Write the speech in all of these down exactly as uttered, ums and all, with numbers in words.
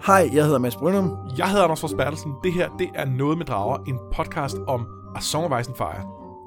Hej, jeg hedder Mads Brynum. Jeg hedder Anders Fors Bertelsen. Det her, det er Noget med Drager, en podcast om A Song of Ice and Fire.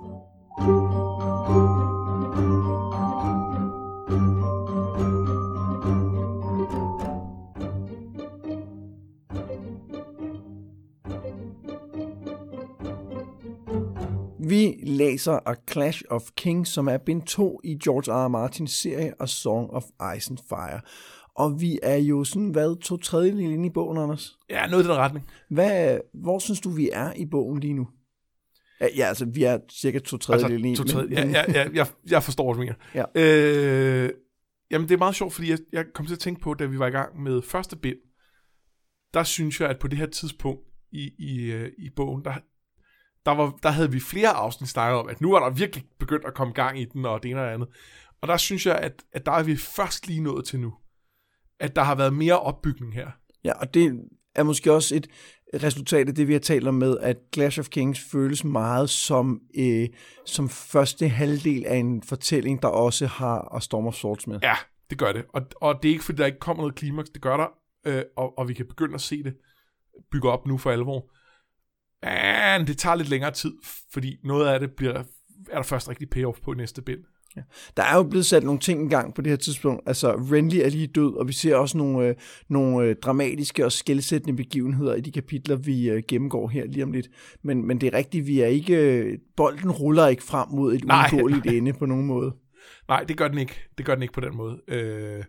Vi læser A Clash of Kings, som er bind to i George R. R. Martins serie A Song of Ice and Fire. Og vi er jo sådan, hvad, to tredjedel inde i bogen, Anders? Ja, noget i den retning. Hvad, hvor synes du, vi er i bogen lige nu? Ja, altså, vi er cirka to tredjedel altså, inde. To tredjedel, ja, ja, ja, jeg, jeg forstår, hvad du mener. Ja. Øh, jamen, det er meget sjovt, fordi jeg, jeg kom til at tænke på, da vi var i gang med første bind, der synes jeg, at på det her tidspunkt i, i, i bogen, der, der, var, der havde vi flere afsnit snakket om, at nu var der virkelig begyndt at komme gang i den, og det ene og det andet. Og der synes jeg, at, at der er vi først lige nået til nu. At der har været mere opbygning her. Ja, og det er måske også et resultat af det, vi har talt om med, at Clash of Kings føles meget som, øh, som første halvdel af en fortælling, der også har A Storm of Swords med. Ja, det gør det. Og, og det er ikke, fordi der ikke kommer noget klimaks. Det gør der, øh, og, og vi kan begynde at se det bygge op nu for alvor. Men det tager lidt længere tid, fordi noget af det bliver, er der først rigtig payoff på i næste bind. Ja. Der er jo blevet sat nogle ting i gang på det her tidspunkt. Altså, Renly er lige død, og vi ser også nogle, øh, nogle øh, dramatiske og skelsættende begivenheder i de kapitler, vi øh, gennemgår her lige om lidt. Men, men det er rigtigt, vi er ikke... Øh, bolden ruller ikke frem mod et uundgåeligt ende på nogen måde. Nej, det gør den ikke. Det gør den ikke på den måde. Øh...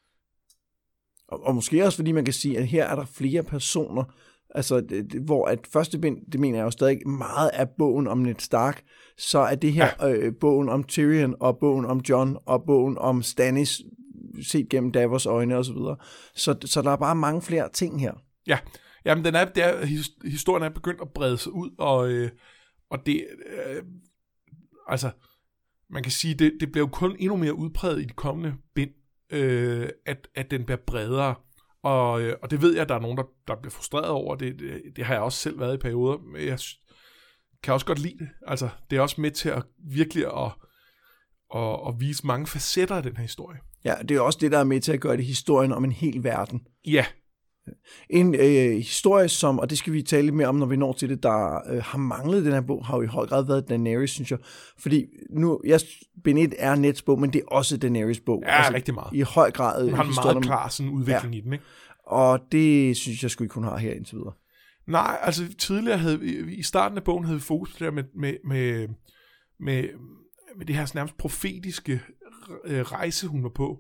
Og, og måske også, fordi man kan sige, at her er der flere personer, altså, det, det, hvor at første bind, det mener jeg jo stadig meget af bogen om Ned Stark, så er det her ja. øh, bogen om Tyrion, og bogen om Jon, og bogen om Stannis, set gennem Davos øjne og så videre. Så, så der er bare mange flere ting her. Ja, jamen den er, det er, historien er begyndt at brede sig ud, og, øh, og det, øh, altså, man kan sige, det, det bliver jo kun endnu mere udpræget i de kommende bind, øh, at, at den bliver bredere. Og, og det ved jeg, at der er nogen, der, der bliver frustreret over. Det, det, det har jeg også selv været i perioder. Men jeg kan også godt lide det. Altså, det er også med til at virkelig at, at, at vise mange facetter af den her historie. Ja, det er også det, der er med til at gøre det historien om en hel verden. Ja. En øh, historie, som, og det skal vi tale lidt mere om, når vi når til det, der øh, har manglet den her bog, har jo i høj grad været Daenerys, synes jeg. Fordi nu, jeg, bind et er Neds bog, men det er også Daenerys bog. Ja, altså, rigtig meget. I høj grad. Hun har en meget klar sådan udvikling ja. i den, ikke? Og det synes jeg sgu ikke, hun har her indtil videre. Nej, altså tidligere havde vi, i starten af bogen havde vi fokus på det med, med, med, med, med det her nærmest profetiske rejse, hun var på.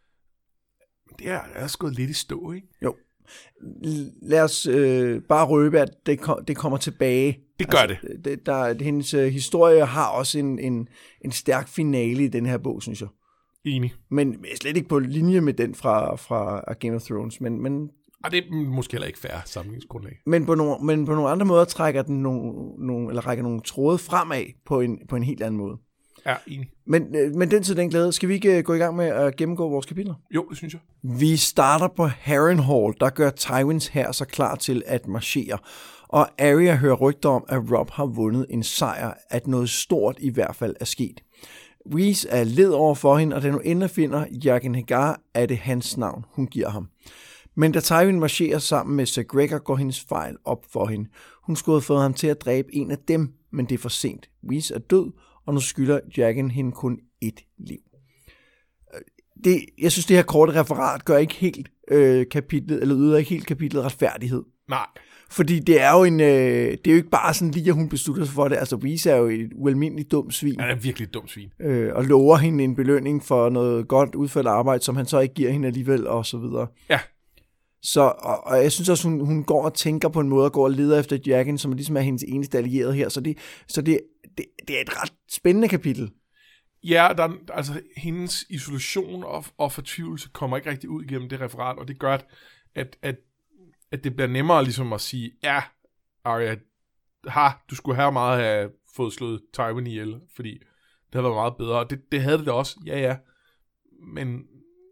Det er, er også gået lidt i stå, ikke? Jo. Lad os øh, bare røbe, at det, kom, det kommer tilbage. Det gør altså, det. det der, hendes øh, historie har også en, en, en stærk finale i den her bog, synes jeg. Enig. Men slet ikke på linje med den fra, fra Game of Thrones. Men, men, og det er måske heller ikke fair sammenligningsgrundlag. Men på, nogle, men på nogle andre måder trækker den nogle, nogle, eller rækker nogle tråde fremad på en, på en helt anden måde. Ja, enig. Men, men den tid, den glæde. Skal vi ikke gå i gang med at gennemgå vores kapitler? Jo, det synes jeg. Vi starter på Harrenhal, der gør Tywins hær så klar til at marchere. Og Arya hører rygter om, at Robb har vundet en sejr, at noget stort i hvert fald er sket. Rhys er led over for hende, og da hun endelig finder Jaqen H'ghar, er det hans navn, hun giver ham. Men da Tywin marcherer sammen med Ser Gregor, går hendes fejl op for hende. Hun skulle have fået ham til at dræbe en af dem, men det er for sent. Rhys er død, og nu skylder Jaqen hende kun ét liv. Det, jeg synes, det her korte referat gør ikke helt øh, kapitlet, eller yder ikke helt kapitlet retfærdighed. Nej. Fordi det er jo en, øh, det er jo ikke bare sådan lige, at hun beslutter sig for det. Altså, Rhys er jo et ualmindeligt dumt svin. Han er virkelig et dumt svin. Øh, og lover hende en belønning for noget godt udført arbejde, som han så ikke giver hende alligevel, og så videre. Ja. Så, og, og jeg synes også, hun, hun går og tænker på en måde, og går og leder efter Jaqen, som ligesom er hendes eneste allierede her. Så det, så det, det, det er et ret spændende kapitel. Ja, der, altså hendes isolation og, og fortvivlelse kommer ikke rigtig ud igennem det referat, og det gør, at, at, at det bliver nemmere ligesom at sige, ja, Arya, ha, du skulle have meget have fået slået Tywin ihjel, fordi det havde været meget bedre, og det, det havde det da også, ja ja, men...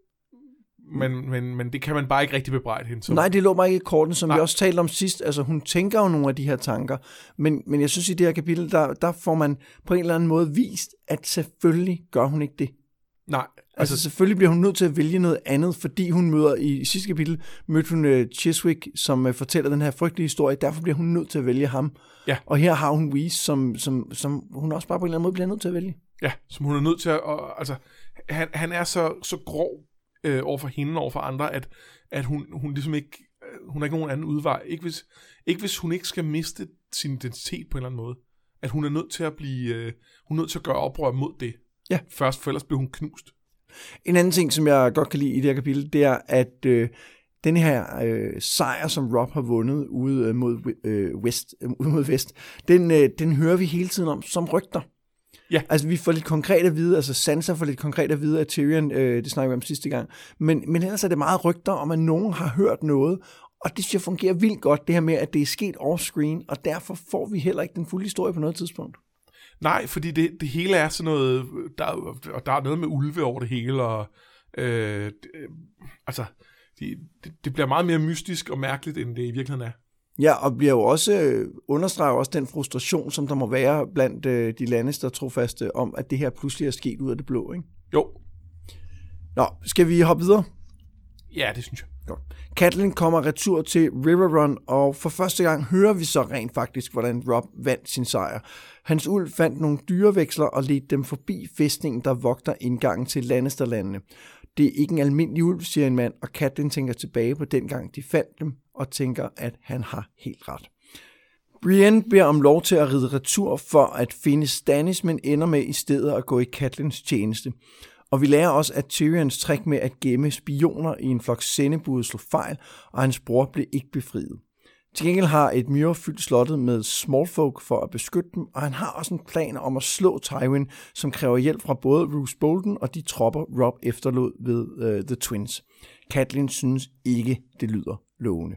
Men, men, men det kan man bare ikke rigtig bebrejde hende. Så. Nej, det lå mig ikke i korten, som Nej. vi også talte om sidst. Altså, hun tænker jo nogle af de her tanker. Men, men jeg synes, i det her kapitel, der, der får man på en eller anden måde vist, at selvfølgelig gør hun ikke det. Nej. Altså, altså selvfølgelig bliver hun nødt til at vælge noget andet, fordi hun møder, i sidste kapitel, mødte hun uh, Chiswick, som uh, fortæller den her frygtelige historie, derfor bliver hun nødt til at vælge ham. Ja. Og her har hun Whis, som, som, som hun også bare på en eller anden måde bliver nødt til at vælge. Ja, som hun er nødt til at, og, altså, han, han er så, så grov øh, over for hende, over for andre, at, at hun, hun ligesom ikke, hun har ikke nogen anden udvej. Ikke hvis, ikke hvis hun ikke skal miste sin identitet på en eller anden måde. At hun er nødt til at blive, øh, hun er nødt til at gøre oprør mod det. Ja. Først, for ellers bliver hun knust. En anden ting, som jeg godt kan lide i det her kapitel, det er, at øh, den her øh, sejr, som Robb har vundet ude øh, mod, øh, West, øh, ude mod Vest, den, øh, den hører vi hele tiden om som rygter. Ja. Altså, vi får lidt konkret at vide, altså Sansa får lidt konkret at vide af Tyrion, øh, det snakker vi om sidste gang, men, men ellers er det meget rygter om, at nogen har hørt noget, og det synes jeg fungerer vildt godt, det her med, at det er sket off-screen, og derfor får vi heller ikke den fulde historie på noget tidspunkt. Nej, fordi det, det hele er sådan noget, der, og der er noget med ulve over det hele, og øh, det, altså, det, det bliver meget mere mystisk og mærkeligt, end det i virkeligheden er. Ja, og bliver jo også, øh, understreger også den frustration, som der må være blandt øh, de Lannister trofaste, om at det her pludselig er sket ud af det blå, ikke? Jo. Nå, skal vi hoppe videre? Ja, det synes jeg. Godt. Catelyn kommer retur til Riverrun, og for første gang hører vi så rent faktisk, hvordan Robb vandt sin sejr. Hans ulv fandt nogle dyreveksler og ledte dem forbi fæstningen, der vogter indgangen til Lannisterlandene. Det er ikke en almindelig ulv, siger en mand, og Catelyn tænker tilbage på dengang de fandt dem, og tænker, at han har helt ret. Brienne beder om lov til at ride retur for at finde Stannis, men ender med i stedet at gå i Catelyns tjeneste. Og vi lærer også, at Tyrions trick med at gemme spioner i en flok sendebude slog fejl, og hans bror blev ikke befriet. Til gengæld har et Myr fyldt slottet med smallfolk for at beskytte dem, og han har også en plan om at slå Tywin, som kræver hjælp fra både Roose Bolton og de tropper, Robb efterlod ved uh, The Twins. Catelyn synes ikke, det lyder lovende.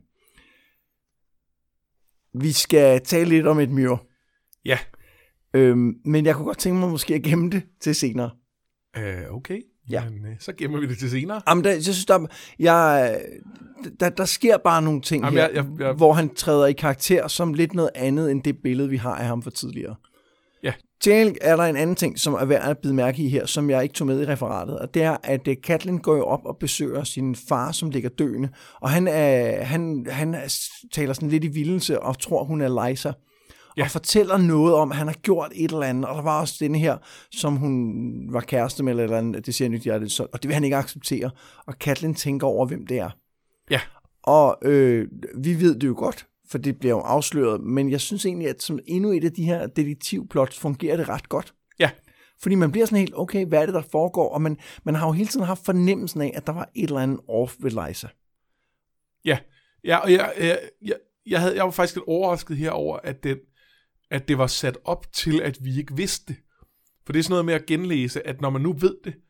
Vi skal tale lidt om et Myr. Ja. Øhm, men jeg kunne godt tænke mig måske at gemme det til senere. Uh, okay, ja. Men, uh, så gemmer vi det til senere. Jamen, der, jeg synes, der, jeg, der, der sker bare nogle ting Jamen, her, jeg, jeg, jeg... hvor han træder i karakter som lidt noget andet, end det billede, vi har af ham for tidligere. Ja. Til er der en anden ting, som er værd at bide mærke i her, som jeg ikke tog med i referatet, og det er, at Catelyn går jo op og besøger sin far, som ligger døende, og han, er, han, han taler sådan lidt i vildelse og tror, hun er Lysa. Ja. Og fortæller noget om, at han har gjort et eller andet, og der var også denne her, som hun var kæreste med, eller andet, det siger nyt hjerte, og det vil han ikke acceptere. Og Catelyn tænker over, hvem det er. Ja. Og øh, vi ved det jo godt, for det bliver jo afsløret, men jeg synes egentlig, at som endnu et af de her detektivplots fungerer det ret godt. Ja. Fordi man bliver sådan helt, okay, hvad er det, der foregår? Og man, man har jo hele tiden haft fornemmelsen af, at der var et eller andet off ved Lysa. Ja, ja og jeg, jeg, jeg, jeg, havde, jeg var faktisk lidt overrasket herover, at den at det var sat op til, at vi ikke vidste det. For det er sådan noget med at genlæse, at når man nu ved det,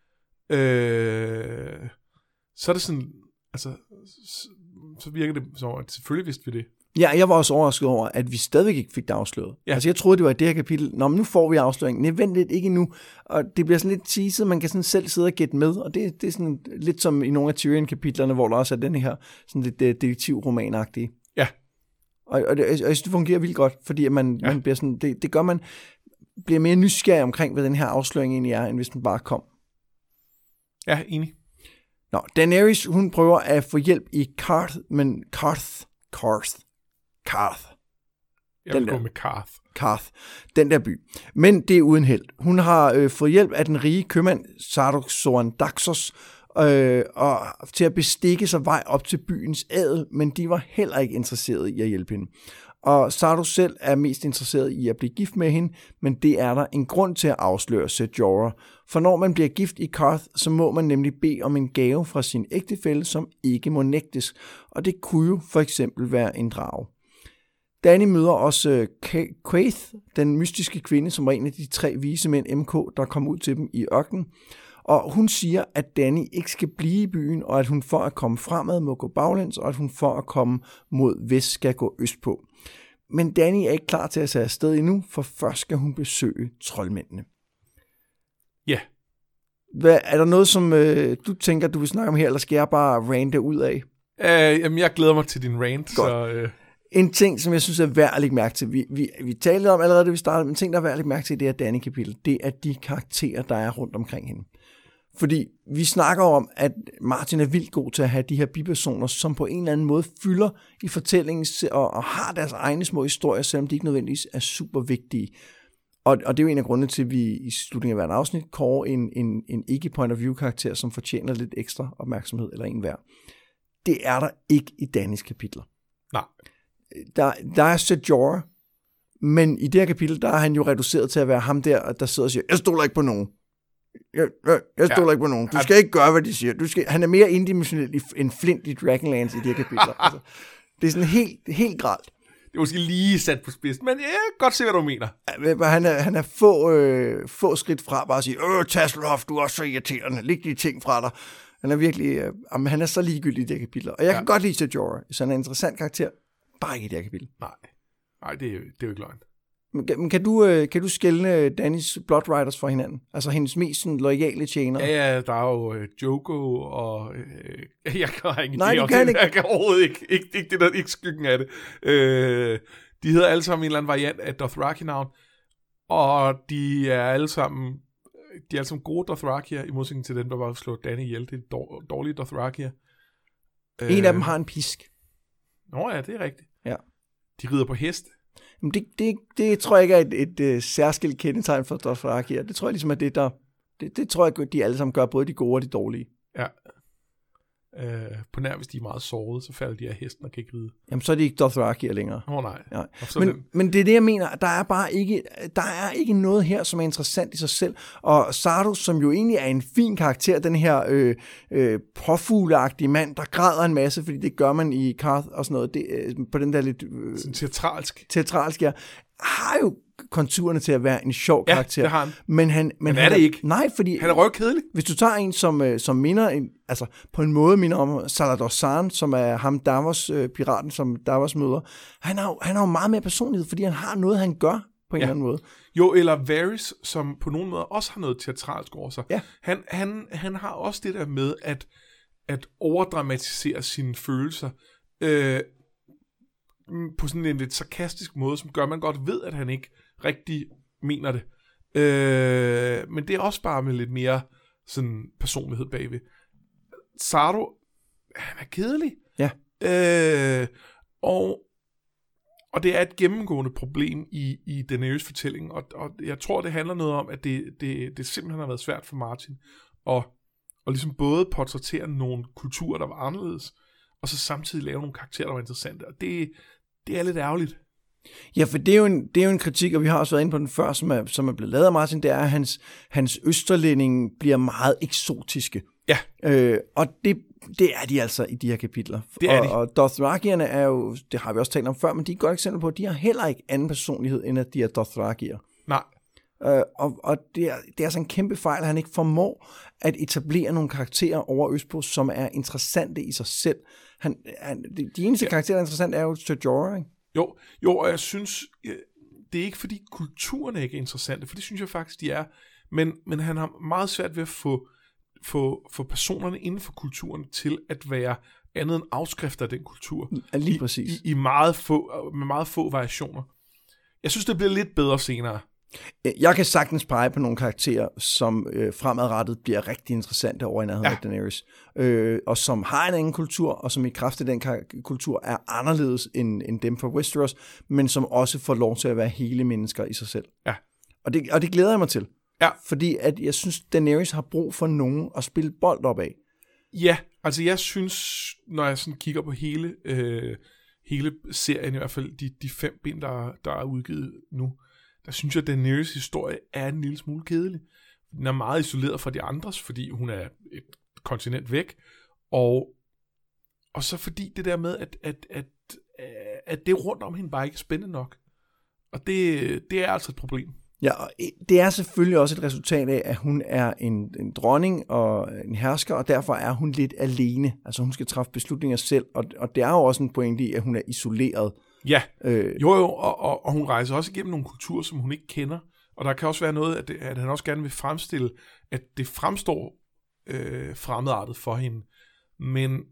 øh, så er det sådan, altså, så, så virker det som, at selvfølgelig vidste vi det. Ja, jeg var også overrasket over, at vi stadigvæk ikke fik det afsløret. Ja. Altså, jeg troede, det var i det her kapitel. Nå, men nu får vi afsløringen. Nej, vent lidt, ikke endnu. Og det bliver sådan lidt teaset, man kan sådan selv sidde og gætte med. Og det, det er sådan lidt som i nogle af Tyrion-kapitlerne, hvor der også er den her sådan lidt detektiv-romanagtige. Ja. Og, og, det, og jeg synes, det fungerer vildt godt, fordi man, ja. man bliver sådan, det, det gør, man bliver mere nysgerrig omkring, hvad den her afsløring egentlig er, end hvis den bare kom. Ja, enig. Nå, Daenerys, hun prøver at få hjælp i Qarth, men Qarth, Qarth, Qarth. Jeg vil den gå der, med Qarth. Qarth, den der by. Men det er uden held. Hun har øh, fået hjælp af den rige købmand Sarduk Sorandaxos, Øh, og til at bestikke sig vej op til byens adel, men de var heller ikke interesserede i at hjælpe hende. Og Sarduk selv er mest interesseret i at blive gift med hende, men det er der en grund til at afsløre, siger Jorah. For når man bliver gift i Qarth, så må man nemlig bede om en gave fra sin ægtefælle, som ikke må nægtes, og det kunne jo for eksempel være en drage. Dany møder også Quaithe, den mystiske kvinde, som var en af de tre vise mænd M K, der kom ud til dem i ørkenen. Og hun siger, at Dany ikke skal blive i byen, og at hun for at komme fremad må gå baglæns, og at hun for at komme mod vest skal gå østpå. Men Dany er ikke klar til at tage afsted endnu, for først skal hun besøge troldmændene. Ja. Hvad, er der noget, som øh, du tænker, du vil snakke om her, eller skal jeg bare rante ud af? Øh, jamen, jeg glæder mig til din rant. Så, øh. En ting, som jeg synes er værd at lægge mærke til, vi, vi, vi talte om allerede, da vi startede, men en ting, der er værd at lægge mærke til i det her Dany-kapitel, det er de karakterer, der er rundt omkring hende. Fordi vi snakker om, at Martin er vildt god til at have de her bipersoner, som på en eller anden måde fylder i fortællingen og, og har deres egne små historier, selvom de ikke nødvendigvis er super vigtige. Og, og det er jo en af grundene til, at vi i slutningen af hver afsnit kårer en, en, en ikke-point of view-karakter, som fortjener lidt ekstra opmærksomhed eller en hver. Det er der ikke i Dannys kapitler. Nej. Der, der er Ser Jorah, men i det her kapitel, der er han jo reduceret til at være ham der, der sidder og siger, jeg stoler ikke på nogen. Jeg, jeg, jeg stoler ja. ikke på nogen. Du skal ikke gøre, hvad de siger. Du skal, han er mere indimensionel end Flint i Dragonlance i de her kapitler. Altså, det er sådan helt, helt gralt. Det er måske lige sat på spids, men jeg kan godt se, hvad du mener. Han er, han er få, øh, få skridt fra bare at sige, øh, Tasselhoff, du er også så irriterende. Læg de ting fra dig. Han er virkelig, øh, han er så ligegyldig i de her kapitler. Og jeg ja. kan godt lide Ser Jorah, så han er en interessant karakter. Bare ikke i det her kapitel. Nej, Nej det, er, det er jo ikke løgn. Men kan du, kan du skelne Dannys Blood Riders fra hinanden? Altså hendes mest sådan, loyale tjenere? Ja, ja, der er jo uh, Joko, og uh, jeg kan ikke Nej, det, du kan ikke. Jeg kan overhovedet ikke, ikke, ikke det der, ikke skyggen af det. Uh, de hedder alle sammen en eller anden variant af Dothraki-navn, og de er alle sammen, de er alle sammen gode Dothrakier, i modsætning til den, der bare slår Dany ihjel. Det er dårlige Dothrakier. En uh, af dem har en pisk. Nå ja, det er rigtigt. Ja. De rider på heste. Men det, det, det tror jeg ikke er et, et, et særskilt kendetegn for Dothraki. Det tror jeg ligesom er det, der... Det, det tror jeg, de alle sammen gør, både de gode og de dårlige. Ja. Øh, på nær, hvis de er meget sårede, så falder de af hesten og kan ikke ride. Jamen, så er de ikke Dothrakier længere. Åh oh, nej. Ja. Men, men det er det, jeg mener. Der er bare ikke, der er ikke noget her, som er interessant i sig selv. Og Sardo, som jo egentlig er en fin karakter, den her øh, øh, påfugleagtige mand, der græder en masse, fordi det gør man i Karth og sådan noget, det, øh, på den der lidt... Øh, sådan teatralsk. Teatralsk, ja. Har jo konturerne til at være en sjov ja, karakter. det har han. Men han, men men er han det ikke? Nej, fordi... Han er røvkedelig. Hvis du tager en, som, som minder... En, altså, på en måde minder om Salladhor Saan, som er ham Davos, øh, piraten, som Davos møder. Han har, han har jo meget mere personlighed, fordi han har noget, han gør på en ja. eller anden måde. Jo, eller Varys, som på nogen måde også har noget teatralsk over sig. Ja. Han, han, han har også det der med at, at overdramatisere sine følelser øh, på sådan en lidt sarkastisk måde, som gør, man godt ved, at han ikke rigtig mener det. Øh, men det er også bare med lidt mere sådan personlighed bagved. Sardo, han er kedelig. Ja. Øh, og, og det er et gennemgående problem i, i Daenerys fortælling, og, og jeg tror, det handler noget om, at det, det, det simpelthen har været svært for Martin at, at ligesom både portrættere nogle kulturer, der var anderledes, og så samtidig lave nogle karakterer, der var interessante, og det, det er lidt ærgerligt. Ja, for det er, jo en, det er jo en kritik, og vi har også været inde på den før, som er, som er blevet lavet af Martin, det er, at hans, hans østerlænding bliver meget eksotiske. Ja. Øh, og det, det er de altså i de her kapitler. Det er og, de. og Dothrakierne er jo, det har vi også talt om før, men de er et godt eksempel på, at de har heller ikke anden personlighed, end at de er Dothrakier. Nej. Øh, og og det, er, det er altså en kæmpe fejl, at han ikke formår at etablere nogle karakterer over Østpå, som er interessante i sig selv. Han, han, de, de eneste ja. karakterer, der er interessante, er jo Ser Jorah, ikke? Jo, jo, og jeg synes, det er ikke fordi kulturerne ikke er interessante, for det synes jeg faktisk, de er, men, men han har meget svært ved at få, få, få personerne inden for kulturen til at være andet end afskrifter af den kultur. Ja, lige præcis. I, i, i meget få, med meget få variationer. Jeg synes, det bliver lidt bedre senere. Jeg kan sagtens pege på nogle karakterer, som øh, fremadrettet bliver rigtig interessante over i nærheden af Daenerys, øh, og som har en anden kultur, og som i kraft af den kar- kultur er anderledes end, end dem fra Westeros, men som også får lov til at være hele mennesker i sig selv. Ja. Og det, og det glæder jeg mig til, ja. fordi at jeg synes, Daenerys har brug for nogen at spille bold op af. Ja, altså jeg synes, når jeg sådan kigger på hele, øh, hele serien, i hvert fald de, de fem bind, der, der er udgivet nu, der synes jeg, at Daenerys historie er en lille smule kedelig. Den er meget isoleret fra de andres, fordi hun er et kontinent væk. Og, og så fordi det der med, at, at, at, at det rundt om hende bare ikke er spændende nok. Og det, det er altså et problem. Ja, og det er selvfølgelig også et resultat af, at hun er en, en dronning og en hersker, og derfor er hun lidt alene. Altså hun skal træffe beslutninger selv, og, og det er jo også en pointe i, at hun er isoleret. Ja, øh, jo jo, og, og, og hun rejser også igennem nogle kulturer, som hun ikke kender. Og der kan også være noget, at, det, at han også gerne vil fremstille, at det fremstår øh, fremmedartet for hende. Men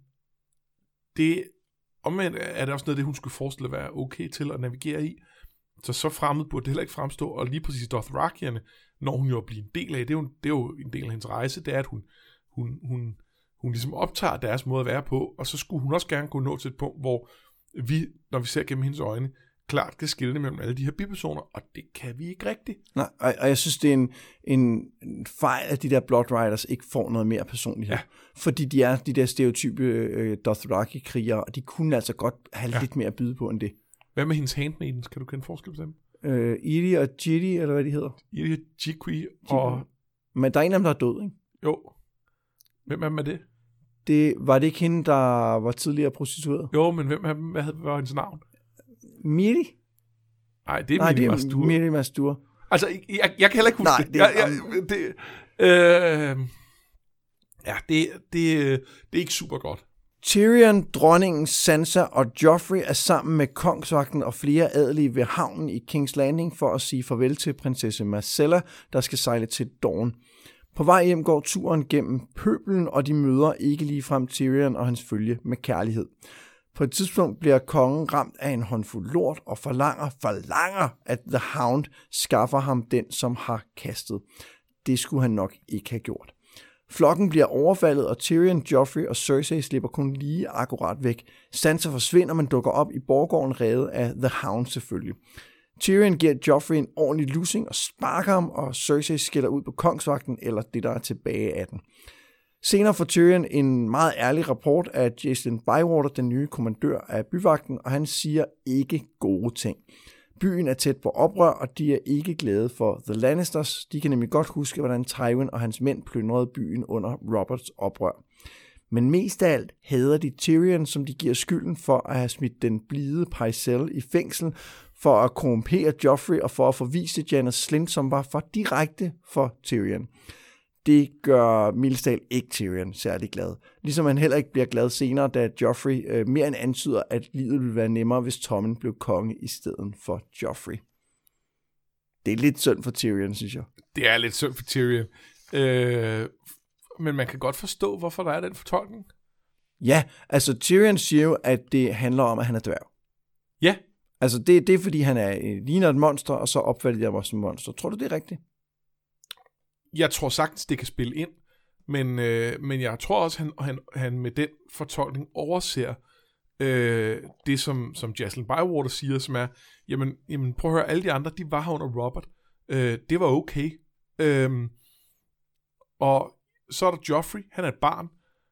det omvendt er det også noget, det hun skulle forestille at være okay til at navigere i. Så så fremmed burde det heller ikke fremstå, og lige præcis Dothrakierne når hun jo bliver en del af. Det er jo, det er jo en del af hendes rejse, det er, at hun, hun, hun, hun ligesom optager deres måde at være på, og så skulle hun også gerne kunne nå til et punkt, hvor vi, når vi ser gennem hendes øjne, klart kan skille mellem alle de her bipersoner, og det kan vi ikke rigtigt. Nej, og, og jeg synes, det er en, en, en fejl, at de der Blood Riders ikke får noget mere personlighed. Ja. Fordi de er de der stereotype øh, Dothraki-krigere, og de kunne altså godt have ja. lidt mere at byde på end det. Hvad med hendes handmaidens? Kan du kende forskel på dem? Øh, Ili og Jidi, eller hvad de hedder? Ili og Jikwi og... Men der er en af dem, der er død, ikke? Jo. Hvem er med det? Det var det ikke hende, der var tidligere prostitueret? Jo, men hvem af dem, hvad var hendes navn? Miri? Nej, det er Miri Mastur. Miri Mastur. Altså, jeg, jeg kan heller ikke huske Nej, det. det. Er, jeg, jeg, det øh, ja, det, det, det er ikke super godt. Tyrion, dronningen, Sansa og Joffrey er sammen med kongsvagten og flere adelige ved havnen i King's Landing for at sige farvel til prinsesse Myrcella, der skal sejle til Dorne. På vej hjem går turen gennem pøbelen, og de møder ikke ligefrem Tyrion og hans følge med kærlighed. På et tidspunkt bliver kongen ramt af en håndfuld lort og forlanger, forlanger, at The Hound skaffer ham den, som har kastet. Det skulle han nok ikke have gjort. Flokken bliver overfaldet, og Tyrion, Joffrey og Cersei slipper kun lige akkurat væk. Sansa forsvinder, men dukker op i borggården reddet af The Hound selvfølgelig. Tyrion giver Joffrey en ordentlig lussing og sparker ham, og Cersei skiller ud på kongsvagten, eller det der er tilbage af den. Senere får Tyrion en meget ærlig rapport af Jacelyn Bywater, den nye kommandør af byvagten, og han siger ikke gode ting. Byen er tæt på oprør, og de er ikke glade for The Lannisters. De kan nemlig godt huske, hvordan Tywin og hans mænd plyndrede byen under Roberts oprør. Men mest af alt hader de Tyrion, som de giver skylden for at have smidt den blide Pycelle i fængsel, for at korrumpere Joffrey og for at forvise Janos Slynt, som var for direkte for Tyrion. Det gør Milsdale ikke Tyrion særlig glad. Ligesom han heller ikke bliver glad senere, da Joffrey øh, mere end antyder, at livet ville være nemmere, hvis Tommen blev konge i stedet for Joffrey. Det er lidt synd for Tyrion, synes jeg. Det er lidt synd for Tyrion. Øh, men man kan godt forstå, hvorfor der er den fortolkning. Ja, altså Tyrion siger jo, at det handler om, at han er dværg. Ja. Altså det, det er, fordi han er, ligner et monster, og så opfatter jeg mig som monster. Tror du, det er rigtigt? Jeg tror sagtens, det kan spille ind, men, øh, men jeg tror også, han, han, han med den fortolkning overser øh, det, som, som Jacelyn Bywater siger, som er, jamen, jamen prøv at høre, alle de andre, de var her under Robert. Øh, det var okay. Øh, og så er der Joffrey, han er et barn.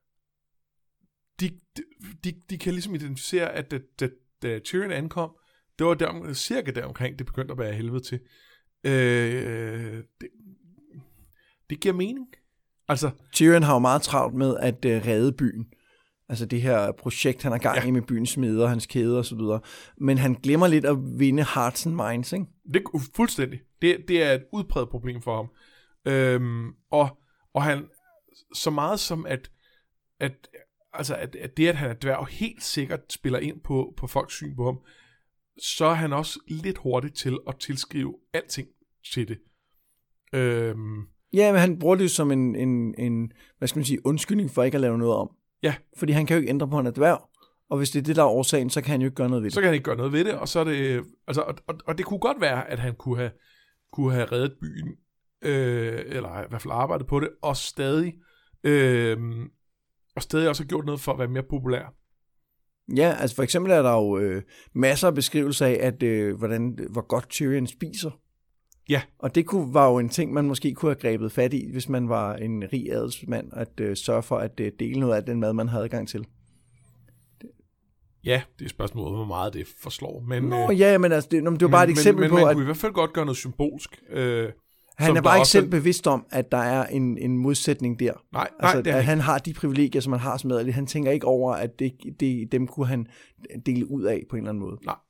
De, de, de, de kan ligesom identificere, at da, da, da Tyrion ankom, det var der, cirka deromkring, det begyndte at være helvede til. Øh, det, Det giver mening. Altså, Tyrion har jo meget travlt med at uh, redde byen. Altså det her projekt, han har gang i ja. med byens smeder, hans kæder og så videre. Men han glemmer lidt at vinde hearts and minds, ikke? Det er fuldstændig. Det, det er et udpræget problem for ham. Øhm, og, og han, så meget som at, at, altså at, at det, at han er dværg, helt sikkert spiller ind på, på folks syn på ham, så er han også lidt hurtig til at tilskrive alting til det. Øhm, Ja, men han bruger det som en, en, en, hvad skal man sige, undskyldning for ikke at lave noget om. Ja. Fordi han kan jo ikke ændre på, at han er dværg. Og hvis det er det, der er årsagen, så kan han jo ikke gøre noget ved det. Så kan han ikke gøre noget ved det, og så er det, altså, og, og, og det kunne godt være, at han kunne have, kunne have reddet byen, øh, eller i hvert fald arbejdet på det, og stadig, øh, og stadig også have gjort noget for at være mere populær. Ja, altså for eksempel er der jo øh, masser af beskrivelser af, at øh, hvordan, hvor godt Tyrion spiser. Ja. Og det kunne, var jo en ting, man måske kunne have grebet fat i, hvis man var en rig adelsmand, at øh, sørge for at øh, dele noget af den mad, man havde adgang til. Det. Ja, det er spørgsmålet, hvor meget det forslår. Men, Nå øh, ja, men altså, det, det var bare men, et eksempel men, på, men man at kunne i hvert fald godt gøre noget symbolsk. Øh, han er bare ikke selv bevidst om, at der er en, en modsætning der. Nej, altså, nej det er at ikke. Han har de privilegier, som han har som adelig. Han tænker ikke over, at det, det, dem kunne han dele ud af på en eller anden måde. Nej.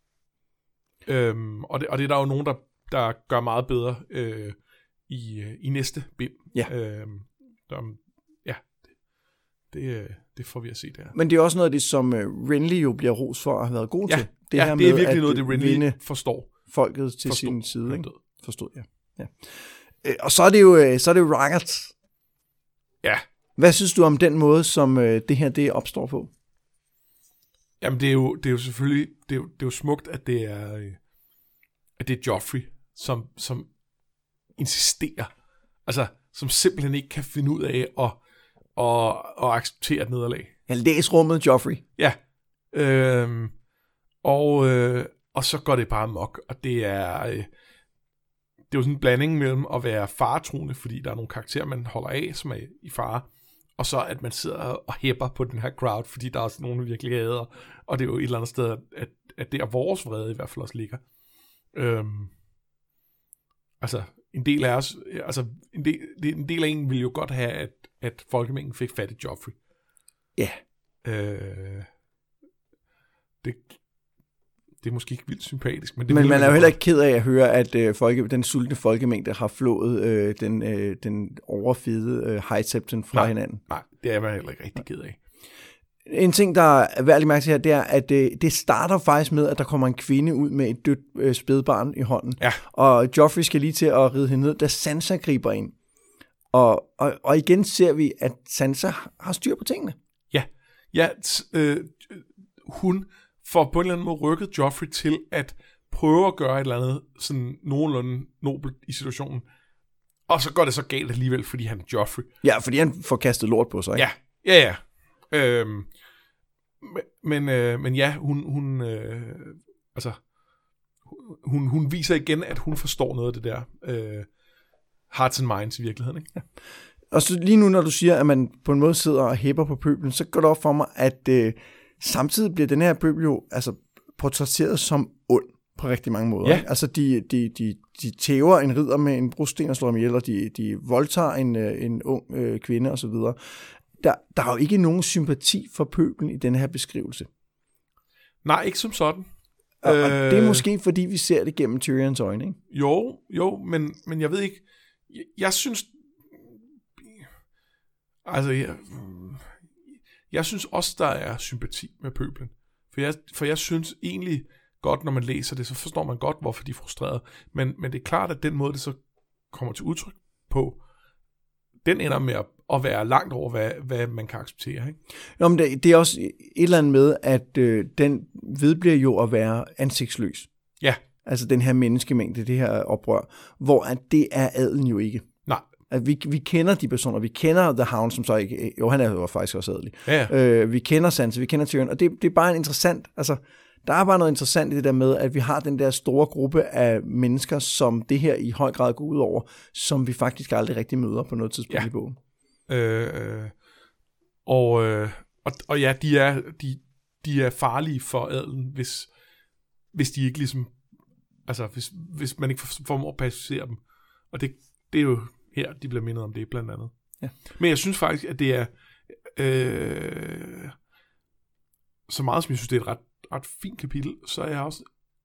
Øhm, og, det, og det er der jo nogen, der der gør meget bedre øh, i, i næste bind. Ja. Øhm, der, ja, det, det, det får vi at se der. Men det er også noget af det, som uh, Renly jo bliver ros for at have været god ja. til. Det, ja, her det med er virkelig noget, det Renly forstår. Folket til forstod. sin side. Ikke? Forstod, ja. ja. Øh, og så er det jo, så er det jo Raggart. Ja. Hvad synes du om den måde, som øh, det her det opstår på? Jamen, det er jo, det er jo selvfølgelig, det er jo, det er jo smukt, at det er, at det er Joffrey, som, som insisterer altså, som simpelthen ikke kan finde ud af at, at, at acceptere et nederlag. Ja, læs rummet, Joffrey. Ja. Øhm, og, øh, og så går det bare amok, og det er... Øh, det er jo sådan en blanding mellem at være faretroende, fordi der er nogle karakterer, man holder af, som er i fare, og så at man sidder og hæpper på den her crowd, fordi der er også nogen, der virkelig hader, og det er jo et eller andet sted, at, at det er vores vrede i hvert fald også ligger. Øhm, altså, en del af os, altså, en del, en del af en ville jo godt have, at, at folkemængden fik fat i Joffrey. Ja. Øh, det... Det er måske ikke vildt sympatisk. Men, det men man er jo heller ikke ked af at høre, at øh, folke, den sultne folkemængde har flået øh, den, øh, den overfede øh, High Septon fra nej, hinanden. Nej, det er man heller ikke rigtig ked af. En ting, der er værd at mærke til her, det er, at øh, det starter faktisk med, at der kommer en kvinde ud med et dødt øh, spædbarn i hånden. Ja. Og Joffrey skal lige til at ride hende ned, da Sansa griber ind. Og, og, og igen ser vi, at Sansa har styr på tingene. Ja, ja t- øh, hun... for på en eller anden måde rykket Joffrey til at prøve at gøre et eller andet sådan nogenlunde nobelt i situationen. Og så går det så galt alligevel, fordi han er Joffrey. Ja, fordi han får kastet lort på sig, ikke? Ja, ja, ja. Øhm, men, øh, men ja, hun, hun, øh, altså, hun, hun viser igen, at hun forstår noget af det der øh, hearts and minds i virkeligheden, ikke? Ja. Og så lige nu, når du siger, at man på en måde sidder og hæpper på pøblen, så går det op for mig, at... Øh, samtidig bliver den her pøbel jo altså, portrætteret som ond på rigtig mange måder. Ja. Ikke? Altså, de, de, de, de tæver en ridder med en brosten og slår ham ihjel, og de, de voldtager en, en ung øh, kvinde osv. Der, der er jo ikke nogen sympati for pøblen i denne her beskrivelse. Nej, ikke som sådan. Og, øh... og det er måske, fordi vi ser det gennem Tyrions øjne, ikke? Jo, jo, men, men jeg ved ikke... Jeg, jeg synes... Altså, jeg... Jeg synes også, der er sympati med pøblen. For jeg, for jeg synes egentlig godt, når man læser det, så forstår man godt, hvorfor de er frustrerede. Men, men det er klart, at den måde, det så kommer til udtryk på, den ender med at, at være langt over, hvad, hvad man kan acceptere. Ikke? Nå, men det, det er også et eller andet med, at øh, den vedbliver jo at være ansigtsløs. Ja. Altså den her menneskemængde, det her oprør, hvor at det er adelen jo ikke. Nej. At vi, vi kender de personer, vi kender The Hound, som så ikke, jo han er jo faktisk også adelig. Ja. Øh, vi kender Sansa, vi kender Tyrion, og det, det er bare en interessant, altså der er bare noget interessant i det der med, at vi har den der store gruppe af mennesker, som det her i høj grad går ud over, som vi faktisk aldrig rigtig møder på noget tidspunkt ja. i bogen. Øh, og, øh, og, og ja, de er, de, de er farlige for adelen, hvis, hvis de ikke ligesom, altså hvis, hvis man ikke formår at pacificere dem. Og det, det er jo her, de bliver mindet om det, blandt andet. Ja. Men jeg synes faktisk, at det er øh, så meget, som jeg synes, det er et ret, ret fint kapitel, så er jeg også,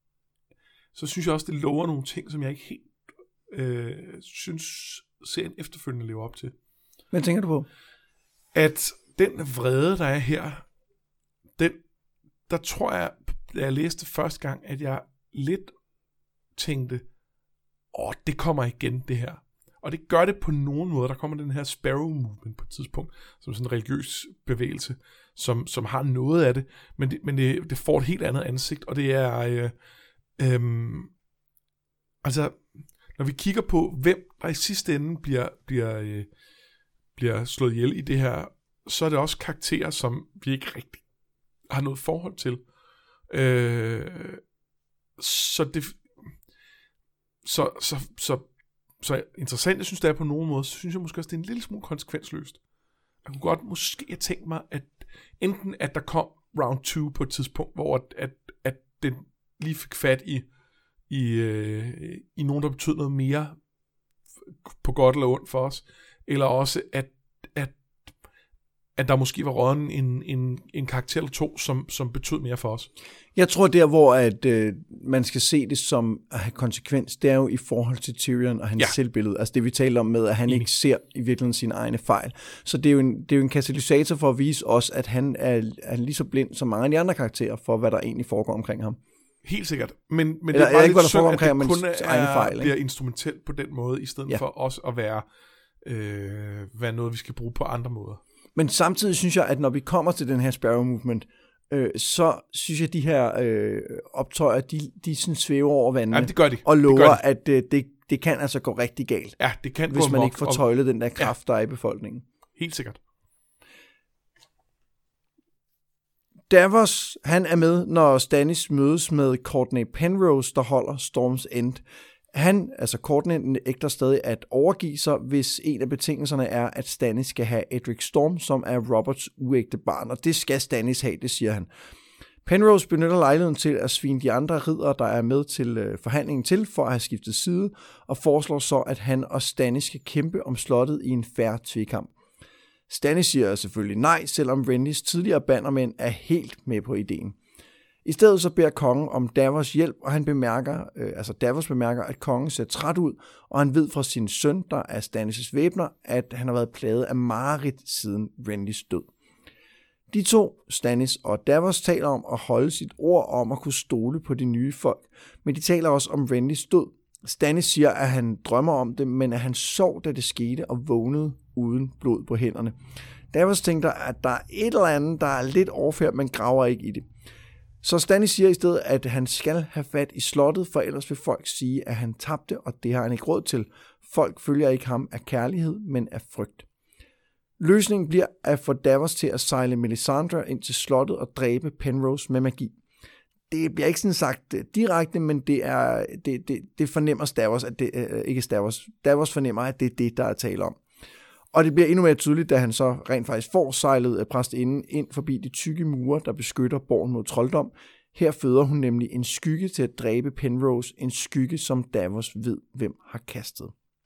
så synes jeg også, det lover nogle ting, som jeg ikke helt øh, synes, serien efterfølgende lever op til. Hvad tænker du på? At den vrede, der er her, den, der tror jeg, da jeg læste første gang, at jeg lidt tænkte, åh, det kommer igen, det her. Og det gør det på nogen måde. Der kommer den her Sparrow Movement på et tidspunkt, som sådan en religiøs bevægelse, som, som har noget af det, men, det, men det, det får et helt andet ansigt, og det er, øh, øh, altså, når vi kigger på, hvem der i sidste ende bliver, bliver, øh, bliver slået ihjel i det her, så er det også karakterer, som vi ikke rigtig har noget forhold til. Øh, så det, så, så, så Så interessant, jeg synes, det er på nogen måde, så synes jeg måske også, det er en lille smule konsekvensløst. Jeg kunne godt måske have tænkt mig, at enten at der kom round to på et tidspunkt, hvor at, at, at den lige fik fat i, i, øh, i nogen, der betød noget mere på godt eller ondt for os, eller også at, at, at der måske var råden en, en, en karakter eller to, som, som betød mere for os. Jeg tror der, hvor at, øh, man skal se det som at have konsekvens, det er jo i forhold til Tyrion og hans ja. selvbillede. Altså det vi taler om med, at han ikke ser i virkeligheden sine egne fejl. Så det er jo en, det er jo en katalysator for at vise os, at han er, er lige så blind som mange af de andre karakterer for, hvad der egentlig foregår omkring ham. Helt sikkert. Men, men Eller, det er bare ikke, lidt synd, at det omkring, kun er, egne fejl, bliver instrumentelt på den måde, i stedet ja. for os at være, øh, være noget, vi skal bruge på andre måder. Men samtidig synes jeg, at når vi kommer til den her Sparrow Movement, øh, så synes jeg, at de her øh, optøjer, de, de sådan svæver over vandene. Ja, det gør de. Og lover, det de. at øh, det, det kan altså gå rigtig galt, ja, det kan hvis gå man amok, ikke får tøjlet den der kraft, ja. der er i befolkningen. Helt sikkert. Davos, han er med, når Stannis mødes med Courtney Penrose, der holder Storm's End. Han, altså Courtney, nægter stadig at overgive sig, hvis en af betingelserne er, at Stannis skal have Edric Storm, som er Roberts uægte barn, og det skal Stannis have, det siger han. Penrose benytter lejligheden til at svine de andre riddere, der er med til øh, forhandlingen til, for at have skiftet side, og foreslår så, at han og Stannis skal kæmpe om slottet i en fair tvekamp. Stannis siger selvfølgelig nej, selvom Rhaenys tidligere bannermænd er helt med på ideen. I stedet så beder kongen om Davos hjælp, og han bemærker, øh, altså Davos bemærker, at kongen ser træt ud, og han ved fra sin søn, der er Stannis' væbner, at han har været plaget af mareridt siden Rhaenys død. De to, Stannis og Davos, taler om at holde sit ord om at kunne stole på de nye folk, men de taler også om Rhaenys død. Stannis siger, at han drømmer om det, men at han sov, da det skete, og vågnede uden blod på hænderne. Davos tænker, at der er et eller andet, der er lidt overfærd, men graver ikke i det. Så Stannis siger i stedet, at han skal have fat i slottet, for ellers vil folk sige, at han tabte, og det har han ikke råd til. Folk følger ikke ham af kærlighed, men af frygt. Løsningen bliver at få Davos til at sejle Melisandre ind til slottet og dræbe Penrose med magi. Det bliver ikke sådan sagt direkte, men det, er, det, det, det fornemmer Davos, at det øh, ikke Davos. Davos fornemmer, at det er det, der er tale om. Og det bliver endnu mere tydeligt, da han så rent faktisk får sejlet præstinden ind forbi de tykke mure, der beskytter borgen mod trolddom. Her føder hun nemlig en skygge til at dræbe Penrose, en skygge, som Davos ved, hvem har kastet.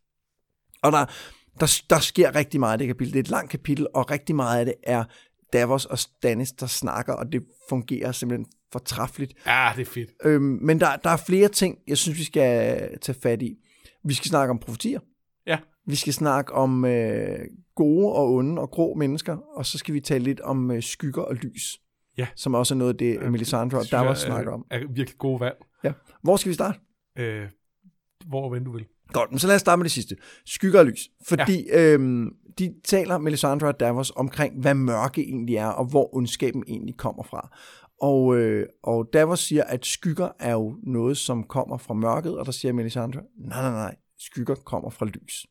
Og der, der, der sker rigtig meget i det kapitel. Det er et langt kapitel, og rigtig meget af det er Davos og Stannis, der snakker, og det fungerer simpelthen fortræffeligt. Ja, det er fedt. Øhm, men der, der er flere ting, jeg synes, vi skal tage fat i. Vi skal snakke om profetier. Ja. Vi skal snakke om øh, gode og onde og grå mennesker, og så skal vi tale lidt om øh, skygger og lys, ja. Som også er noget af det, ja, Melisandre og Davos snakker om. Er virkelig gode valg. Ja. Hvor skal vi starte? Øh, hvor og du vil. Godt, men så lad os starte med det sidste. Skygger og lys. Fordi ja. øhm, de taler, Melisandre og Davos, omkring, hvad mørke egentlig er, og hvor ondskaben egentlig kommer fra. Og, øh, og Davos siger, at skygger er jo noget, som kommer fra mørket, og der siger Melisandre, nej, nej, nej, skygger kommer fra lys.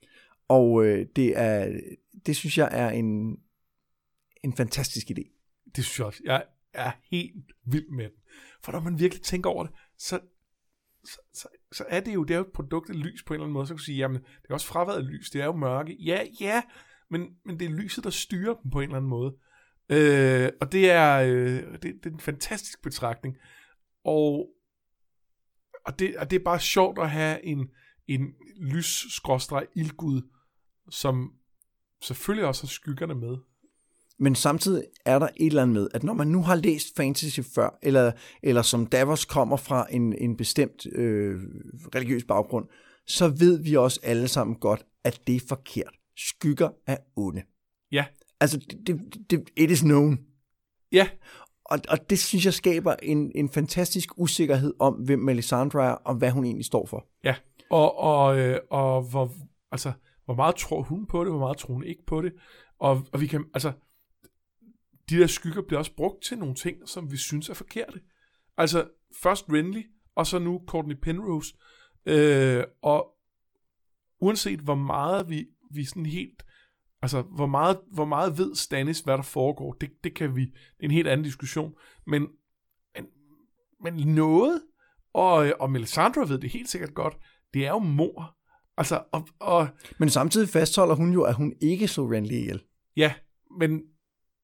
Og øh, det, er, det synes jeg er en, en fantastisk idé. Det synes jeg også. Jeg er helt vild med den. For når man virkelig tænker over det, så, så, så, så er det jo, det er jo et produkt af lys på en eller anden måde. Så kan du sige, jamen, det er også fraværet af lys, det er jo mørke. Ja, ja, men, men det er lyset, der styrer dem på en eller anden måde. Øh, og det er, øh, det, det er en fantastisk betragtning. Og, og, det, og det er bare sjovt at have en, en lys-ildgud, som selvfølgelig også har skyggerne med. Men samtidig er der et eller andet med, at når man nu har læst fantasy før, eller, eller som Davos kommer fra en, en bestemt øh, religiøs baggrund, så ved vi også alle sammen godt, at det er forkert. Skygger er onde. Ja. Altså, det, det, it is known. Ja. Og, og det synes jeg skaber en, en fantastisk usikkerhed om, hvem Melisandre er, og hvad hun egentlig står for. Ja, og, og, øh, og hvor, altså, hvor meget tror hun på det, hvor meget tror hun ikke på det. Og, og vi kan, altså, de der skygger bliver også brugt til nogle ting, som vi synes er forkerte. Altså, først Renly, og så nu Courtney Penrose. Øh, og uanset hvor meget vi, vi sådan helt, altså, hvor meget, hvor meget ved Stannis, hvad der foregår, det, det kan vi, det er en helt anden diskussion. Men, men, men noget, og, og Melisandre ved det helt sikkert godt, det er jo mor. Altså, og, og, men samtidig fastholder hun jo, at hun ikke slog Renly ihjel. Ja, men... Men,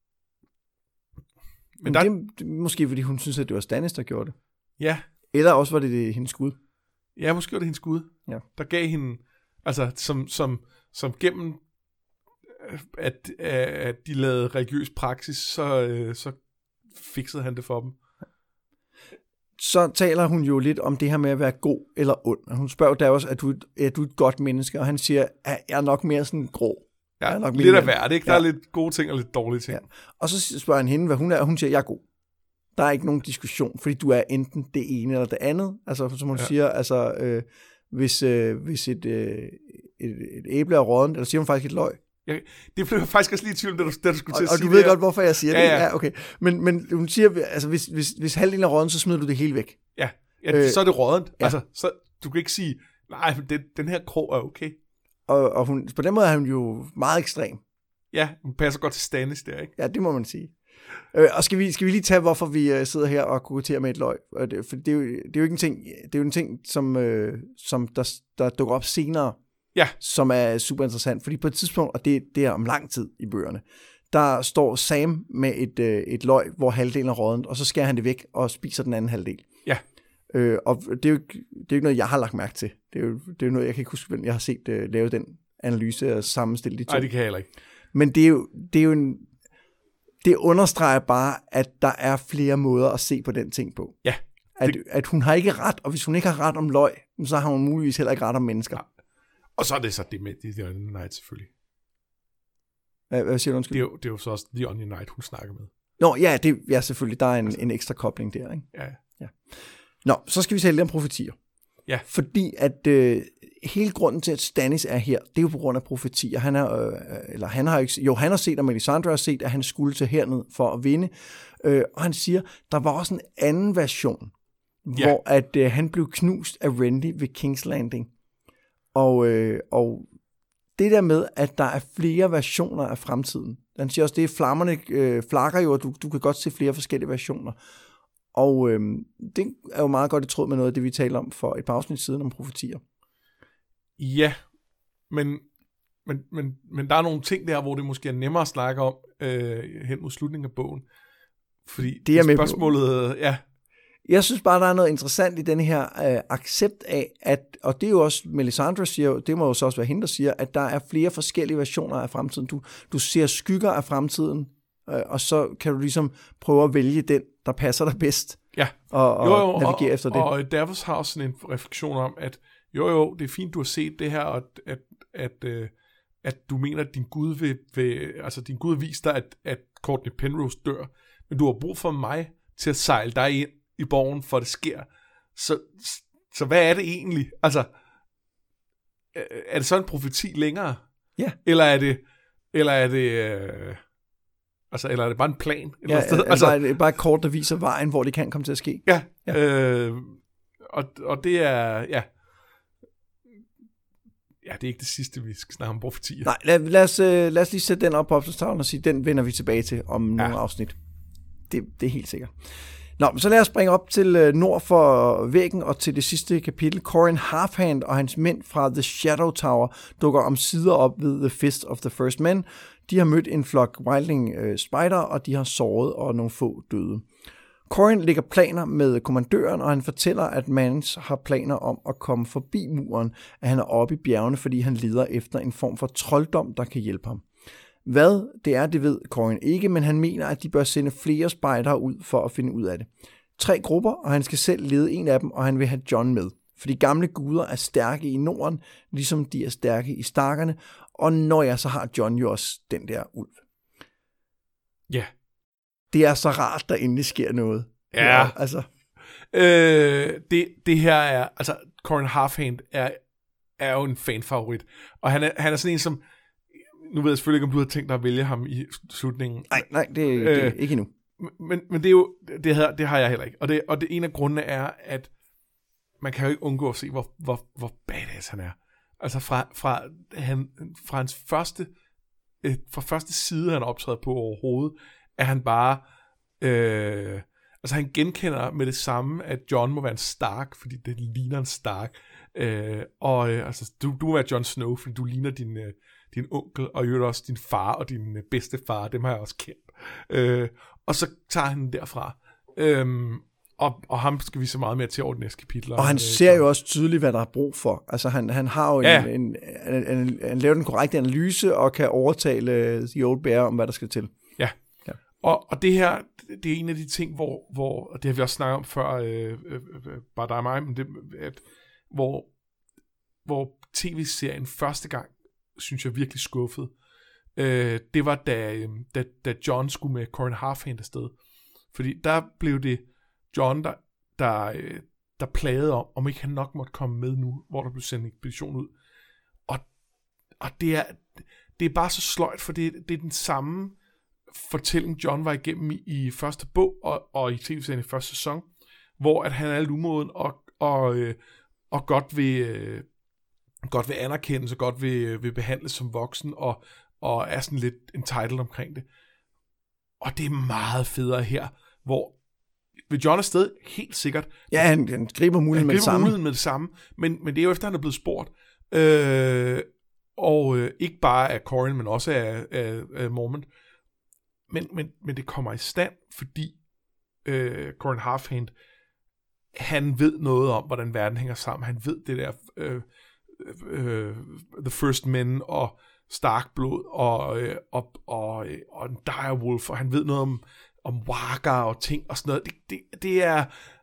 men der, det, det måske fordi hun synes, at det var Stannis, der gjorde det. Ja. Eller også var det, det hendes skud. Ja, måske var det hendes skud. Ja. Der gav hende, altså som, som, som gennem, at, at de lavede religiøs praksis, så, så fiksede han det for dem. Så taler hun jo lidt om det her med at være god eller ond. Hun spørger Davos, at du, er du et godt menneske? Og han siger, at jeg er nok mere sådan grå. Ja, er nok lidt af hvert, ikke? Der ja. er lidt gode ting og lidt dårlige ting. Ja. Og så spørger han hende, hvad hun er, og hun siger, jeg er god. Der er ikke nogen diskussion, fordi du er enten det ene eller det andet. Altså, som hun ja. siger, altså, øh, hvis, øh, hvis et, øh, et, et æble er rådent, eller siger hun faktisk et løg. Ja, det blev jeg faktisk også lige i tvivl, da du, da du skulle til at og, sige Og du ved det godt, hvorfor jeg siger ja, det. Ja. Ja, okay. Men, men hun siger, altså, hvis, hvis, hvis halvdelen er rådent, så smider du det hele væk. Ja, ja øh, så er det rådent. Ja. Altså, så, du kan ikke sige, Nej, men den, den her krog er okay. Og, og hun, på den måde er hun jo meget ekstrem. Ja, hun passer godt til Stannis der, ikke? Ja, det må man sige. Øh, og skal vi, skal vi lige tage, hvorfor vi øh, sidder her og koketterer med et løg? Øh, det, for det er, jo, det er jo ikke en ting, det er jo en ting, som, øh, som der, der dukker op senere, ja. Som er super interessant. Fordi på et tidspunkt, og det, det er om lang tid i bøgerne, der står Sam med et, øh, et løg, hvor halvdelen er rådent, og så skærer han det væk og spiser den anden halvdel. Ja. Øh, og det er, jo, det er jo ikke noget, jeg har lagt mærke til. Det er jo, det er jo noget, jeg kan ikke huske, hvem jeg har set øh, lave den analyse og sammenstille de to. Nej, det kan jeg heller ikke. Men det er jo, det er jo en, det understreger bare, at der er flere måder at se på den ting på. Ja. At, det... at hun har ikke ret, og hvis hun ikke har ret om løg, så har hun muligvis heller ikke ret om mennesker. Ja. Og så er det så det med The Onion Knight selvfølgelig. Hvad, hvad siger du, undskyld? Det er, jo, det er jo så også The Onion Knight, hun snakker med. Nå, ja, det, ja selvfølgelig. Der er en, altså, en ekstra kobling der, ikke? Ja. ja. Nå, så skal vi tale lidt om profetier. Ja. Fordi at øh, hele grunden til, at Stannis er her, det er jo på grund af profetier. Han er, øh, eller han har ikke, jo, han har set, og Melisandre har set, at han skulle til herned for at vinde. Øh, og han siger, der var også en anden version, ja. Hvor at øh, han blev knust af Renly ved King's Landing. Og, øh, og det der med, at der er flere versioner af fremtiden. Han siger også, det er flammerne øh, flakker jo, og du, du kan godt se flere forskellige versioner. Og øh, det er jo meget godt i tråd med noget af det, vi talte om for et par afsnit siden om profetier. Ja, men, men, men, men der er nogle ting der, hvor det måske er nemmere at snakke om øh, hen mod slutningen af bogen. Fordi det er med spørgsmålet, på. ja. Jeg synes bare, der er noget interessant i den her øh, accept af, at, og det er jo også, Melisandre siger, det må jo så også være hende, der siger, at der er flere forskellige versioner af fremtiden. Du, du ser skygger af fremtiden, øh, og så kan du ligesom prøve at vælge den, der passer dig bedst, ja. og, og jo, jo, navigere og, efter det. Og Davos har også sådan en refleksion om, at jo jo, det er fint, du har set det her, og at, at, at, øh, at du mener, at din Gud vil, vil altså din Gud viser dig, at, at Courtney Penrose dør, men du har brug for mig til at sejle dig ind i borgen, for det sker. Så, så hvad er det egentlig? Altså, er det så en profeti længere? Ja. Eller er det, eller er det, øh, altså, eller er det bare en plan? Ja, altså, altså bare, bare et kort, der viser vejen, hvor det kan komme til at ske. Ja, ja. Øh, og, og det er, ja, ja, det er ikke det sidste, vi skal snakke om profetier. Nej, lad, lad, os, lad os lige sætte den op på opslagstavlen og sige, den vender vi tilbage til om ja. nogle afsnit. Det, det er helt sikkert. Nå, så lad os springe op til nord for væggen og til det sidste kapitel. Qhorin Halfhand og hans mænd fra The Shadow Tower dukker om sider op ved The Fist of the First Men. De har mødt en flok wildling øh, spider, og de har såret og nogle få døde. Qhorin lægger planer med kommandøren, og han fortæller, at Mance har planer om at komme forbi muren, at han er oppe i bjergene, fordi han leder efter en form for trolddom, der kan hjælpe ham. Hvad det er, det ved Qhorin ikke, men han mener, at de bør sende flere spejdere ud for at finde ud af det. Tre grupper, og han skal selv lede en af dem, og han vil have Jon med. For de gamle guder er stærke i Norden, ligesom de er stærke i Starkerne, og når jeg så har Jon jo også den der ulv. Ja. Det er så rart, der endelig sker noget. Ja. ja altså. Øh, det, det her er, altså, Qhorin Halfhand er, er jo en fanfavorit, og han er, han er sådan en, som, nu ved jeg selvfølgelig ikke, om du har tænkt dig at vælge ham i slutningen. Nej, nej, det, det er øh, ikke endnu. Men, men det er jo, det, her, det har jeg heller ikke. Og det, og det en af grundene er, at man kan jo ikke undgå at se, hvor, hvor, hvor badass han er. Altså fra, fra, han, fra hans første, øh, fra første side, han optræder på overhovedet, er han bare, øh, altså han genkender med det samme, at Jon må være en Stark, fordi det ligner en Stark. Øh, og øh, altså, du, du må være Jon Snow, fordi du ligner din, øh, din onkel, og jo også din far og din øh, bedste far, dem har jeg også kendt. Øh, og så tager han den derfra. Øh, og, og ham skal vi så meget mere til over de næste kapitler. Og han øh, ser jo også tydeligt, hvad der er brug for. Altså han, han har jo ja. en, en, en, en, han laver den korrekte analyse, og kan overtale The Old Bear om, hvad der skal til. Ja, ja. Og, og det her, det er en af de ting, hvor, hvor og det har vi også snakket om før, øh, øh, bare dig og mig, men det, at, hvor, hvor tv-serien første gang, synes jeg virkelig skuffede, øh, det var da, da, da Jon skulle med Qhorin Halfhand afsted. Fordi der blev det Jon, der, der, der plagede om, om ikke han nok måtte komme med nu, hvor der blev sendt en ekspedition ud. Og, og det, er, det er bare så sløjt, for det, det er den samme fortælling, Jon var igennem i, i første bog, og, og i tv-serien i første sæson, hvor at han er lidt umoden, og, og, og godt vil, godt vil anerkendes og godt vil, vil behandles som voksen, og, og er sådan lidt entitled omkring det. Og det er meget federe her, hvor ved John afsted, helt sikkert. Ja, han, han griber muligheden med det samme. muligheden med det samme, men, men det er jo efter, han er blevet spurgt. Øh, og øh, ikke bare af Corin, men også af, af, af Mormont. Men, men, men det kommer i stand, fordi øh, Corin Halfhand, han ved noget om, hvordan verden hænger sammen. Han ved det der øh, øh, The First Men og Starkblod og, øh, og, og, øh, og en Direwolf, og han ved noget om, om Waka og ting og sådan noget. Det, det, det er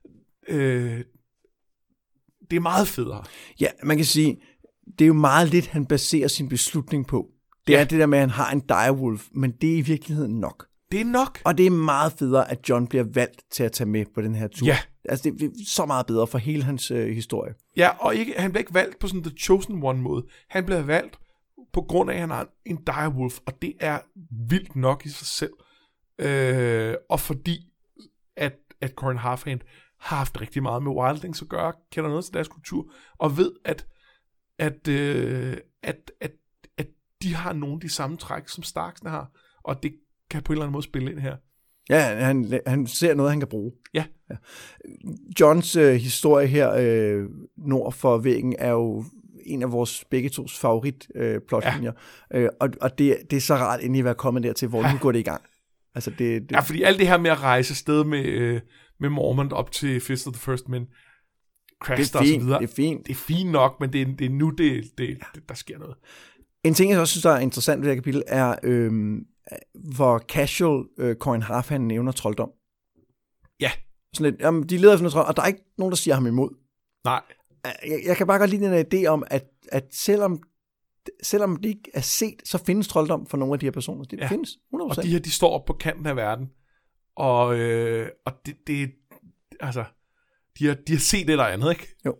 øh, det er meget federe. Ja, man kan sige, det er jo meget lidt, han baserer sin beslutning på. Det ja. er det der med, at han har en Direwolf, men det er i virkeligheden nok. Det er nok. Og det er meget federe, at John bliver valgt til at tage med på den her tur. Ja. Altså, det er så meget bedre for hele hans øh, historie. Ja, og ikke, han bliver ikke valgt på sådan The Chosen One måde. Han bliver valgt på grund af, at han har en Direwolf, og det er vildt nok i sig selv. Øh, og fordi, at, at Corin Halfhand har haft rigtig meget med Wildlings at gøre, kender noget til deres kultur, og ved, at, at, øh, at, at, at de har nogle af de samme træk, som Starksene har, og det kan på en eller anden måde spille ind her. Ja, han, han ser noget, han kan bruge. Ja. ja. Johns øh, historie her øh, nord for væggen er jo en af vores begge tos favorit øh, plotlinjer. Ja. Øh, og og det, det er så rart endelig at være kommet dertil, hvor ja. nu går det i gang. Altså det, det... Ja, fordi alt det her med at rejse sted med, øh, med Mormont op til Fist of the First Men, Craster og så videre. Det er fint. Det er fint nok, men det er, det er nu, det, det, ja. det, der sker noget. En ting, jeg også synes, der er interessant ved det her kapitel, er, øh, hvor casual øh, Corin Halfhand nævner trolddom. Ja. Sådan lidt, jamen, de leder efter noget trolddom, og der er ikke nogen, der siger ham imod. Nej. Jeg, jeg kan bare godt lide den idé om, at, at selvom, selvom det ikke er set, så findes trolddom for nogle af de her personer. Det ja. findes hundrede procent. Og de her, de står op på kanten af verden. Og, øh, og det, det, altså, de har, de har set det eller andet, ikke? Jo.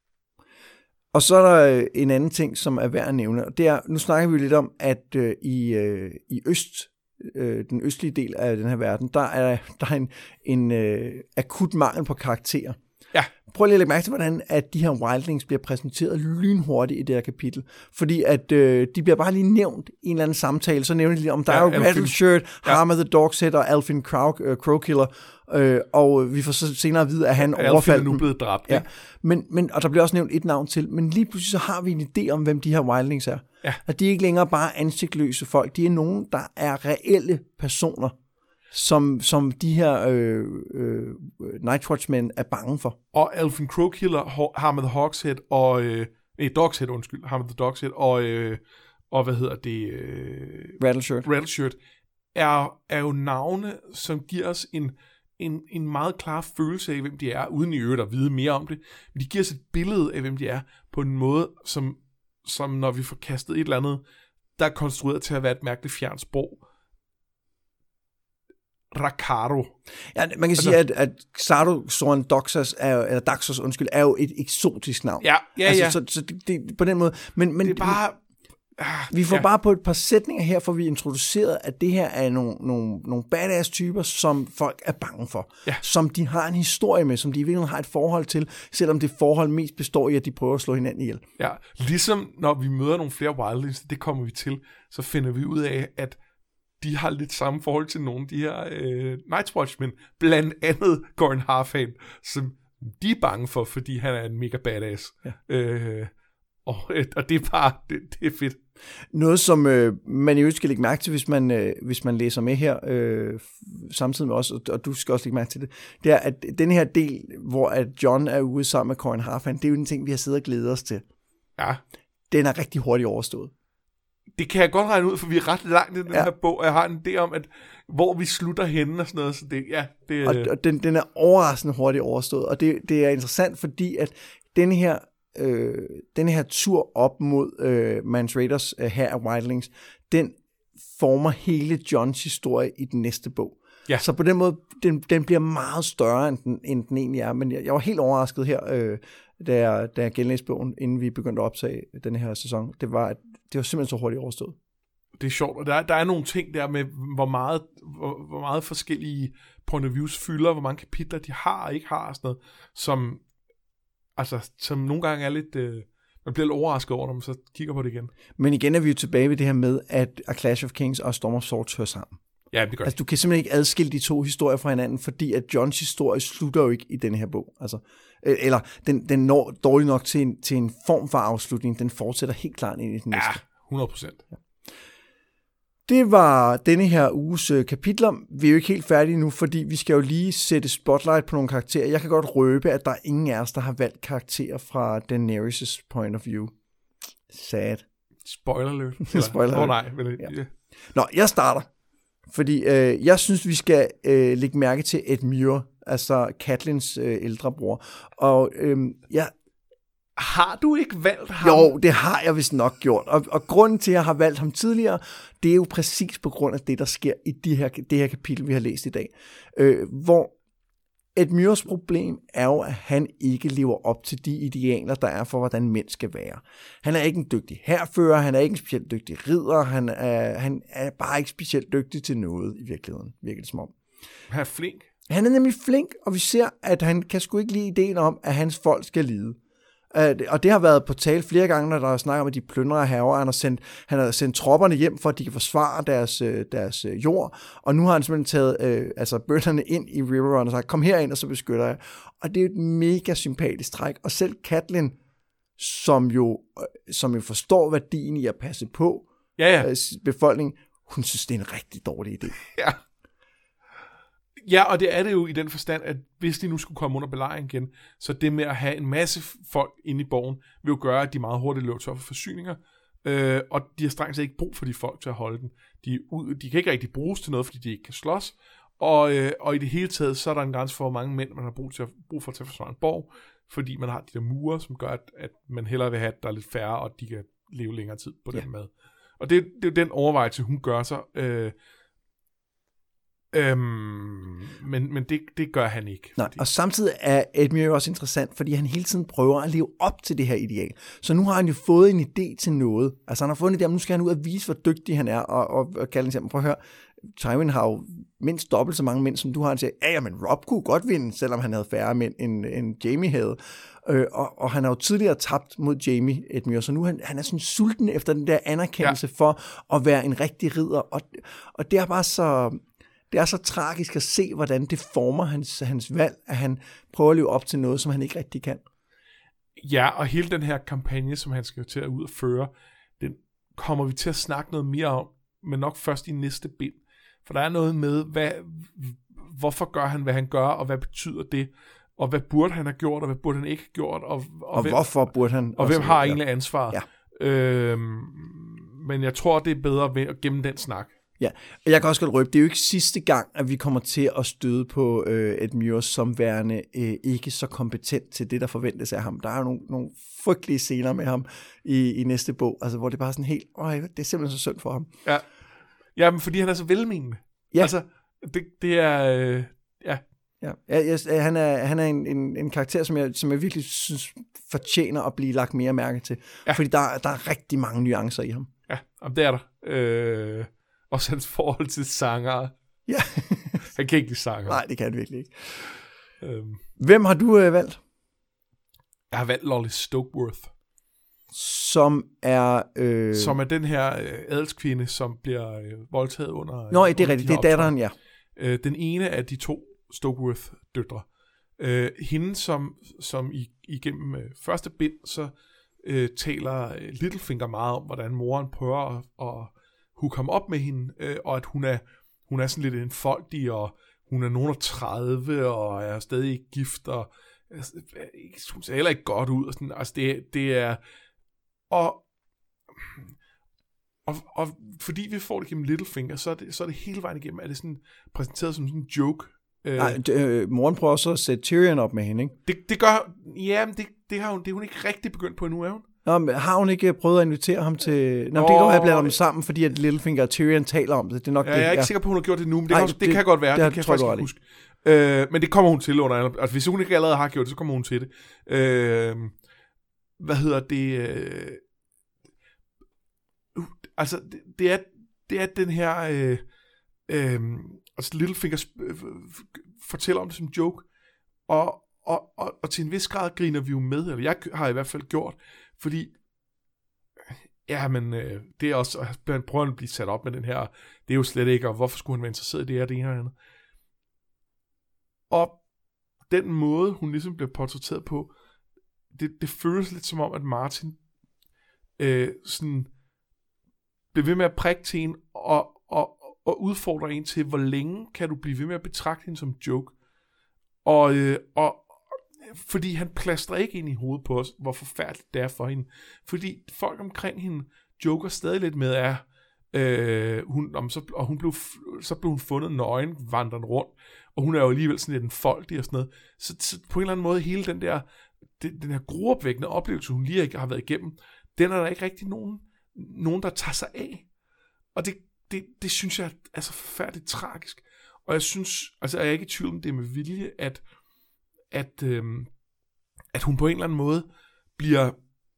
Og så er der en anden ting, som er værd at nævne, og det er, nu snakker vi lidt om, at øh, i, øh, i øst, øh, den østlige del af den her verden, der er der er en, en øh, akut mangel på karakterer. Ja. Prøv lige at lægge mærke til, hvordan at de her wildlings bliver præsenteret lynhurtigt i det her kapitel. Fordi at øh, de bliver bare lige nævnt i en eller anden samtale. Så nævner de lige om, der ja, er jo Rattleshirt, ja. Harm of the Dogshead og Alfin Crow, øh, Crowkiller. Øh, og vi får så senere at vide, at han overfaldt nu blevet dræbt. Ja. Men, men, og der bliver også nævnt et navn til. Men lige pludselig så har vi en idé om, hvem de her wildlings er. Ja. At de er ikke længere bare ansigtløse folk. De er nogen, der er reelle personer, som, som de her øh, øh, Nightwatchmen er bange for. Og Alfin Crowkiller, Harm of the Hogshead og... Øh, nej, Dogshead, undskyld. Harm of the Dogshead og... Øh, og hvad hedder det? Øh, Rattleshirt. Rattleshirt er, er jo navne, som giver os en, en, en meget klar følelse af, hvem de er, uden i øvrigt at vide mere om det. Men de giver os et billede af, hvem de er, på en måde, som, som når vi får kastet et eller andet, der er konstrueret til at være et mærkeligt fjernt sprog. Rakaro. Ja, man kan altså, sige, at, at Xardo Soren Doxas er jo, eller Daxos, undskyld, er jo et eksotisk navn. Ja, ja, altså, ja. Så, så det, det, på den måde. Men, men det er bare... Vi får ja. bare på et par sætninger her, for vi introduceret, at det her er nogle, nogle, nogle badass typer, som folk er bange for. Ja. Som de har en historie med, som de i virkeligheden har et forhold til, selvom det forhold mest består i, at de prøver at slå hinanden ihjel. Ja, ligesom når vi møder nogle flere wildlings, det kommer vi til, så finder vi ud af, at de har lidt samme forhold til nogle af de her øh, Night's Watchmen, blandt andet Corin Halfhand, som de er bange for, fordi han er en mega badass. Ja. Øh, og, og det er bare, det, det er fedt. Noget, som øh, man jo skal lægge mærke til, hvis man, øh, hvis man læser med her, øh, samtidig med os, og, og du skal også lægge mærke til det, det er, at den her del, hvor at John er ude sammen med Corin Halfhand, det er jo en ting, vi har siddet og glædet os til. Ja. Den er rigtig hurtigt overstået. Det kan jeg godt regne ud, for vi er ret langt i den ja. her bog, og jeg har en idé om, at hvor vi slutter henne og sådan noget, så det, ja. Det, og og den, den er overraskende hurtigt overstået, og det, det er interessant, fordi at den her Øh, denne her tur op mod øh, Mans Raiders øh, her af Wildlings, den former hele Johns historie i den næste bog. Ja. Så på den måde, den, den bliver meget større, end den, end den egentlig er. Men jeg, jeg var helt overrasket her, øh, da jeg, da jeg genlæste bogen, inden vi begyndte at optage den her sæson. Det var, at det var simpelthen så hurtigt overstået. Det er sjovt, og der, der er nogle ting der med, hvor meget, hvor, hvor meget forskellige point of views fylder, hvor mange kapitler de har og ikke har og sådan noget, som altså, som nogle gange er lidt... Øh, man bliver lidt overrasket over, når man så kigger på det igen. Men igen er vi jo tilbage ved det her med, at A Clash of Kings og Storm of Swords hører sammen. Ja, det gør altså, du kan simpelthen ikke adskille de to historier fra hinanden, fordi at Jons historie slutter jo ikke i denne her bog. Altså, eller den, den når dårligt nok til en, til en form for afslutning. Den fortsætter helt klart ind i den næste. Ja, hundrede procent. Ja. Det var denne her uges øh, kapitler. Vi er jo ikke helt færdige nu, fordi vi skal jo lige sætte spotlight på nogle karakterer. Jeg kan godt røbe, at der er ingen af os, der har valgt karakterer fra Daenerys' point of view. Sad. Spoiler alert. Spoiler alert. Åh oh, nej. Men, ja. Ja. Nå, jeg starter. Fordi øh, jeg synes, vi skal øh, lægge mærke til Edmure, altså Catelyns øh, ældre bror. Og øh, jeg... Har du ikke valgt ham? Jo, det har jeg vist nok gjort. Og, og grunden til, at jeg har valgt ham tidligere, det er jo præcis på grund af det, der sker i de her, det her kapitel, vi har læst i dag. Øh, hvor Edmures problem er jo, at han ikke lever op til de idealer, der er for, hvordan mænd skal være. Han er ikke en dygtig hærfører, han er ikke en specielt dygtig ridder, han er, han er bare ikke specielt dygtig til noget i virkeligheden, virker det som om. Han er flink. Han er nemlig flink, og vi ser, at han kan sgu ikke lide ideen om, at hans folk skal lide. Og det har været på tale flere gange, når der er snak om, at de plyndrer herover. Han har sendt, han har sendt tropperne hjem, for at de kan forsvare deres, deres jord. Og nu har han simpelthen taget øh, altså bønderne ind i Riverrun og sagt, kom herind, og så beskytter jeg. Og det er jo et mega sympatisk træk. Og selv Catelyn, som jo, som jo forstår værdien i at passe på ja, ja. Øh, befolkningen, hun synes, det er en rigtig dårlig idé. Ja. Ja, og det er det jo i den forstand, at hvis de nu skulle komme under belejring igen, så det med at have en masse folk inde i borgen, vil jo gøre, at de meget hurtigt løber tør for forsyninger, øh, og de har strengt set ikke brug for de folk til at holde den. De, ud, de kan ikke rigtig bruges til noget, fordi de ikke kan slås, og, øh, og i det hele taget, så er der en grænse for, hvor mange mænd man har brug, til at, brug for til at forsvare en borg, fordi man har de der mure, som gør, at, at man hellere vil have, at der er lidt færre, og de kan leve længere tid på den ja. Mad. Og det, det er jo den overvejelse, hun gør sig, øh, Øhm, men men det, det gør han ikke. Nej, og samtidig er Edmure jo også interessant, fordi han hele tiden prøver at leve op til det her ideal. Så nu har han jo fået en idé til noget. Altså han har fået en idé om, nu skal han ud og vise, hvor dygtig han er, og, og, og kalde ham, prøv at høre, Tywin har jo mindst dobbelt så mange mænd, som du har. Han siger, ja, ja, men Rob kunne godt vinde, selvom han havde færre mænd, end, end Jaime havde. Øh, og, og han har jo tidligere tabt mod Jaime Edmure, så nu han, han er sådan sulten efter den der anerkendelse ja. For at være en rigtig ridder. Og, og det er bare så... Det er så tragisk at se, hvordan det former hans, hans valg, at han prøver at leve op til noget, som han ikke rigtig kan. Ja, og hele den her kampagne, som han skal til at ud og føre, den kommer vi til at snakke noget mere om, men nok først i næste bind. For der er noget med, hvad, hvorfor gør han, hvad han gør, og hvad betyder det, og hvad burde han have gjort, og hvad burde han ikke have gjort, og, og, og hvem, hvorfor burde han... Og hvem har egentlig ansvaret. Ja. Øhm, men jeg tror, det er bedre ved at gemme den snak. Ja, og jeg kan også godt røbe, det er jo ikke sidste gang, at vi kommer til at støde på øh, Edmure som værende øh, ikke så kompetent til det, der forventes af ham. Der er jo nogle, nogle frygtelige scener med ham i, i næste bog, altså hvor det bare er sådan helt, øj, det er simpelthen så synd for ham. Ja, ja, men fordi han er så velmenende. Ja. Altså, det, det er, øh, ja. Ja, jeg, jeg, han er, han er en, en, en karakter, som jeg, som jeg virkelig synes fortjener at blive lagt mere mærke til, ja. Fordi der, der er rigtig mange nuancer i ham. Ja, og det er der. Øh... Også hans forhold til sanger. Ja. Han kan ikke lide sanger. Nej, det kan han virkelig ikke. Øhm. Hvem har du øh, valgt? Jeg har valgt Lolly Stokeworth. Som er... Øh... Som er den her øh, adelskvinde, som bliver øh, voldtaget under... Nå, det er rigtigt. Det er datteren, ja. Øh, den ene af de to Stokeworth-døtre. Øh, hende, som, som i, igennem øh, første bind, så øh, taler øh, Littlefinger meget om, hvordan moren prøver at... at hun kom op med hende, øh, og at hun er, hun er sådan lidt enfoldig, og hun er nogen af tredive, og er stadig ikke gift, og altså, hun ser heller ikke godt ud, og sådan, altså det, det er, og, og, og fordi vi får det gennem Littlefinger, så er det, så er det hele vejen igennem, er det sådan præsenteret som sådan en joke. Nej, øh, moren prøver også at sætte Tyrion op med hende, ikke? Det, det gør, ja, men det, det, har hun, det er hun ikke rigtig begyndt på endnu, er hun? Nå, men har hun ikke prøvet at invitere ham til... Nå, oh, det kan godt have bladet dem sammen, fordi at Littlefinger og Tyrion taler om det. Det er nok ja, det. Jeg er ikke ja. sikker på, at hun har gjort det nu, men det, Ej, kan, det, det kan godt være. Det, det, det kan jeg faktisk ikke huske. Øh, men det kommer hun til under... Altså, hvis hun ikke allerede har gjort det, så kommer hun til det. Øh, hvad hedder det? Øh, uh, altså, det, det, er, det er den her... Øh, øh, altså, Littlefinger øh, fortæller om det som joke, og, og, og, og til en vis grad griner vi jo med, eller jeg har i hvert fald gjort, fordi, ja, men øh, det er også, at prøver at blive sat op med den her, det er jo slet ikke, og hvorfor skulle han være interesseret i det her, det ene og andet. Og den måde, hun ligesom bliver portrætteret på, det, det føles lidt som om, at Martin øh, sådan bliver ved med at prikke til en, og, og, og udfordre en til, hvor længe kan du blive ved med at betragte hende som joke. Og, øh, og fordi han plaster ikke ind i hovedet på os, hvor forfærdeligt det er for hende. Fordi folk omkring hende joker stadig lidt med, at øh, hun, om, så, og hun blev, så blev hun fundet nøgen, vandrende rundt, og hun er jo alligevel sådan lidt en foldig og sådan noget. Så, så på en eller anden måde, hele den der, den, den her gruopvækkende oplevelse, hun lige har været igennem, den er der ikke rigtig nogen, nogen der tager sig af. Og det, det, det synes jeg er så forfærdeligt tragisk. Og jeg synes, altså jeg er ikke i tvivl om det med vilje, at at, øhm, at hun på en eller anden måde bliver,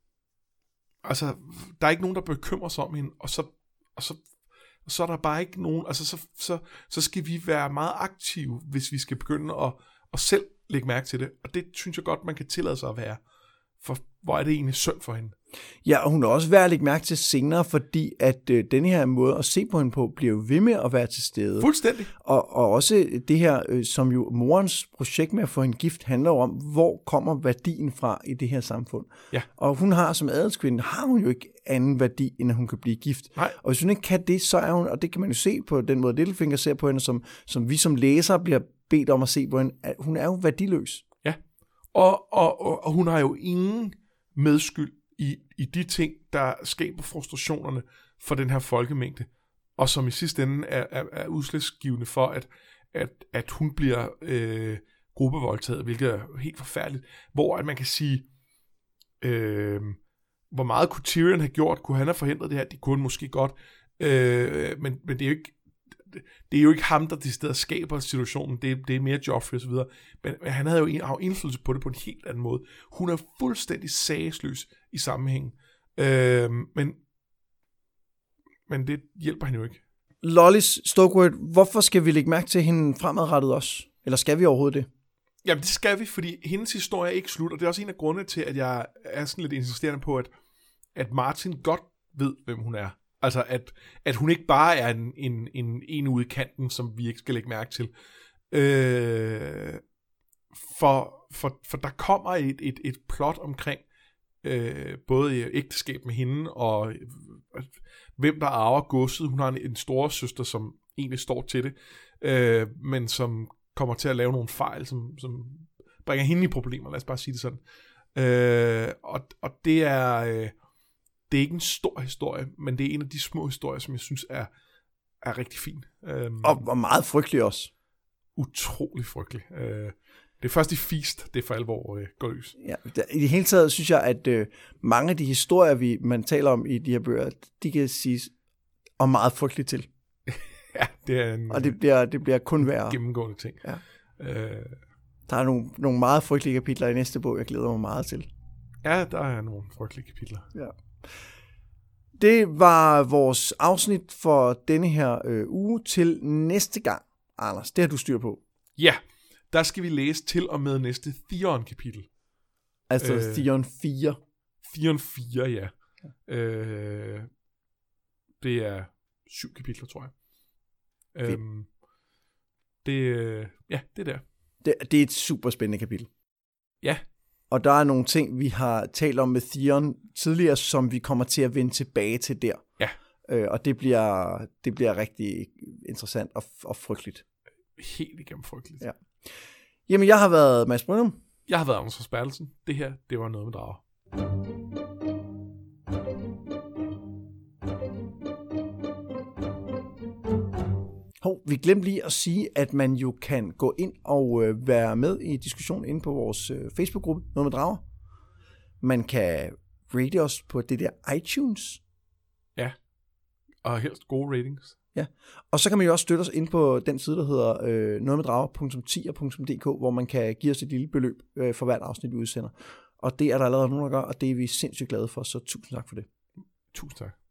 altså der er ikke nogen, der bekymrer sig om hende, og så, og så, og så er der bare ikke nogen, altså så, så, så skal vi være meget aktive, hvis vi skal begynde at, at selv lægge mærke til det, og det synes jeg godt, man kan tillade sig at være, for hvor er det egentlig synd for hende. Ja, og hun er også værd at lægge mærke til senere, fordi at øh, denne her måde at se på hende på, bliver jo ved med at være til stede. Fuldstændig. Og, og også det her, øh, som jo morens projekt med at få hende gift, handler jo om, hvor kommer værdien fra i det her samfund. Ja. Og hun har som adelskvinde, har hun jo ikke anden værdi, end at hun kan blive gift. Nej. Og hvis hun ikke kan det, så er hun, og det kan man jo se på den måde, Littlefinger ser på hende, som, som vi som læsere bliver bedt om at se på hende, at hun er jo værdiløs. Ja, og, og, og, og hun har jo ingen medskyld i, i de ting, der skaber frustrationerne for den her folkemængde, og som i sidste ende er, er, er udslagsgivende for, at, at, at hun bliver øh, gruppevoldtaget, hvilket er helt forfærdeligt, hvor at man kan sige, øh, hvor meget kunne Tyrion have gjort, kunne han have forhindret det her, det kunne måske godt, øh, men, men det er jo ikke det er jo ikke ham, der de steder skaber situationen, det er, det er mere Joffrey og så videre, men han havde jo en, har jo indflydelse på det på en helt anden måde. Hun er fuldstændig sagsløs i sammenhængen, øh, men men det hjælper han jo ikke. Lollys Stokeworth, hvorfor skal vi lægge mærke til hende fremadrettet også? Eller skal vi overhovedet det? Jamen det skal vi, fordi hendes historie er ikke slut, og det er også en af grundene til, at jeg er sådan lidt insisterende på, at, at Martin godt ved, hvem hun er. Altså, at, at hun ikke bare er en, en, en, en ude i kanten, som vi ikke skal lægge mærke til. Øh, for, for, for der kommer et, et, et plot omkring øh, både ægteskab med hende, og øh, hvem der arver godset. Hun har en, en store søster, som egentlig står til det, øh, men som kommer til at lave nogle fejl, som, som bringer hende i problemer, lad os bare sige det sådan. Øh, og, og det er... Øh, Det er ikke en stor historie, men det er en af de små historier, som jeg synes er, er rigtig fin. Øhm, og, og meget frygtelig også. Utrolig frygtelig. Øh, det er først i Feast, det er for alvor øh, går løs. Ja, der, i det hele taget synes jeg, at øh, mange af de historier, vi, man taler om i de her bøger, de kan siges og meget frygteligt til. Ja, det er en og det bliver, det bliver kun værre. Gennemgående ting. Ja. Øh, der er nogle, nogle meget frygtelige kapitler i næste bog, jeg glæder mig meget til. Ja, der er nogle frygtelige kapitler. Ja. Det var vores afsnit for denne her øh, uge. Til næste gang, Anders, det har du styr på. Ja, der skal vi læse til og med næste Theon-kapitel. Altså øh, Theon fire. Theon fire, ja. ja. Øh, det er syv kapitler, tror jeg. Øhm, det, ja, det er der. Det, det er et super spændende kapitel. Ja. Og der er nogle ting, vi har talt om med Theon tidligere, som vi kommer til at vende tilbage til der. Ja. Øh, og det bliver, det bliver rigtig interessant og, og frygteligt. Helt igennem frygteligt. Ja. Jamen, jeg har været Mads Brynum. Jeg har været Anders Forsbergelsen. Det her, det var Noget med Drager. Hov, vi glemte lige at sige, at man jo kan gå ind og øh, være med i diskussionen inde på vores øh, Facebook-gruppe, Noget med Drager. Man kan rate os på det der iTunes. Ja, og helst gode ratings. Ja, og så kan man jo også støtte os ind på den side, der hedder øh, nogetmeddrager punktum tier punktum d k, hvor man kan give os et lille beløb øh, for hvert afsnit, vi udsender. Og det er der allerede nogen, der gør, og det er vi sindssygt glade for, så tusind tak for det. Tusind tak.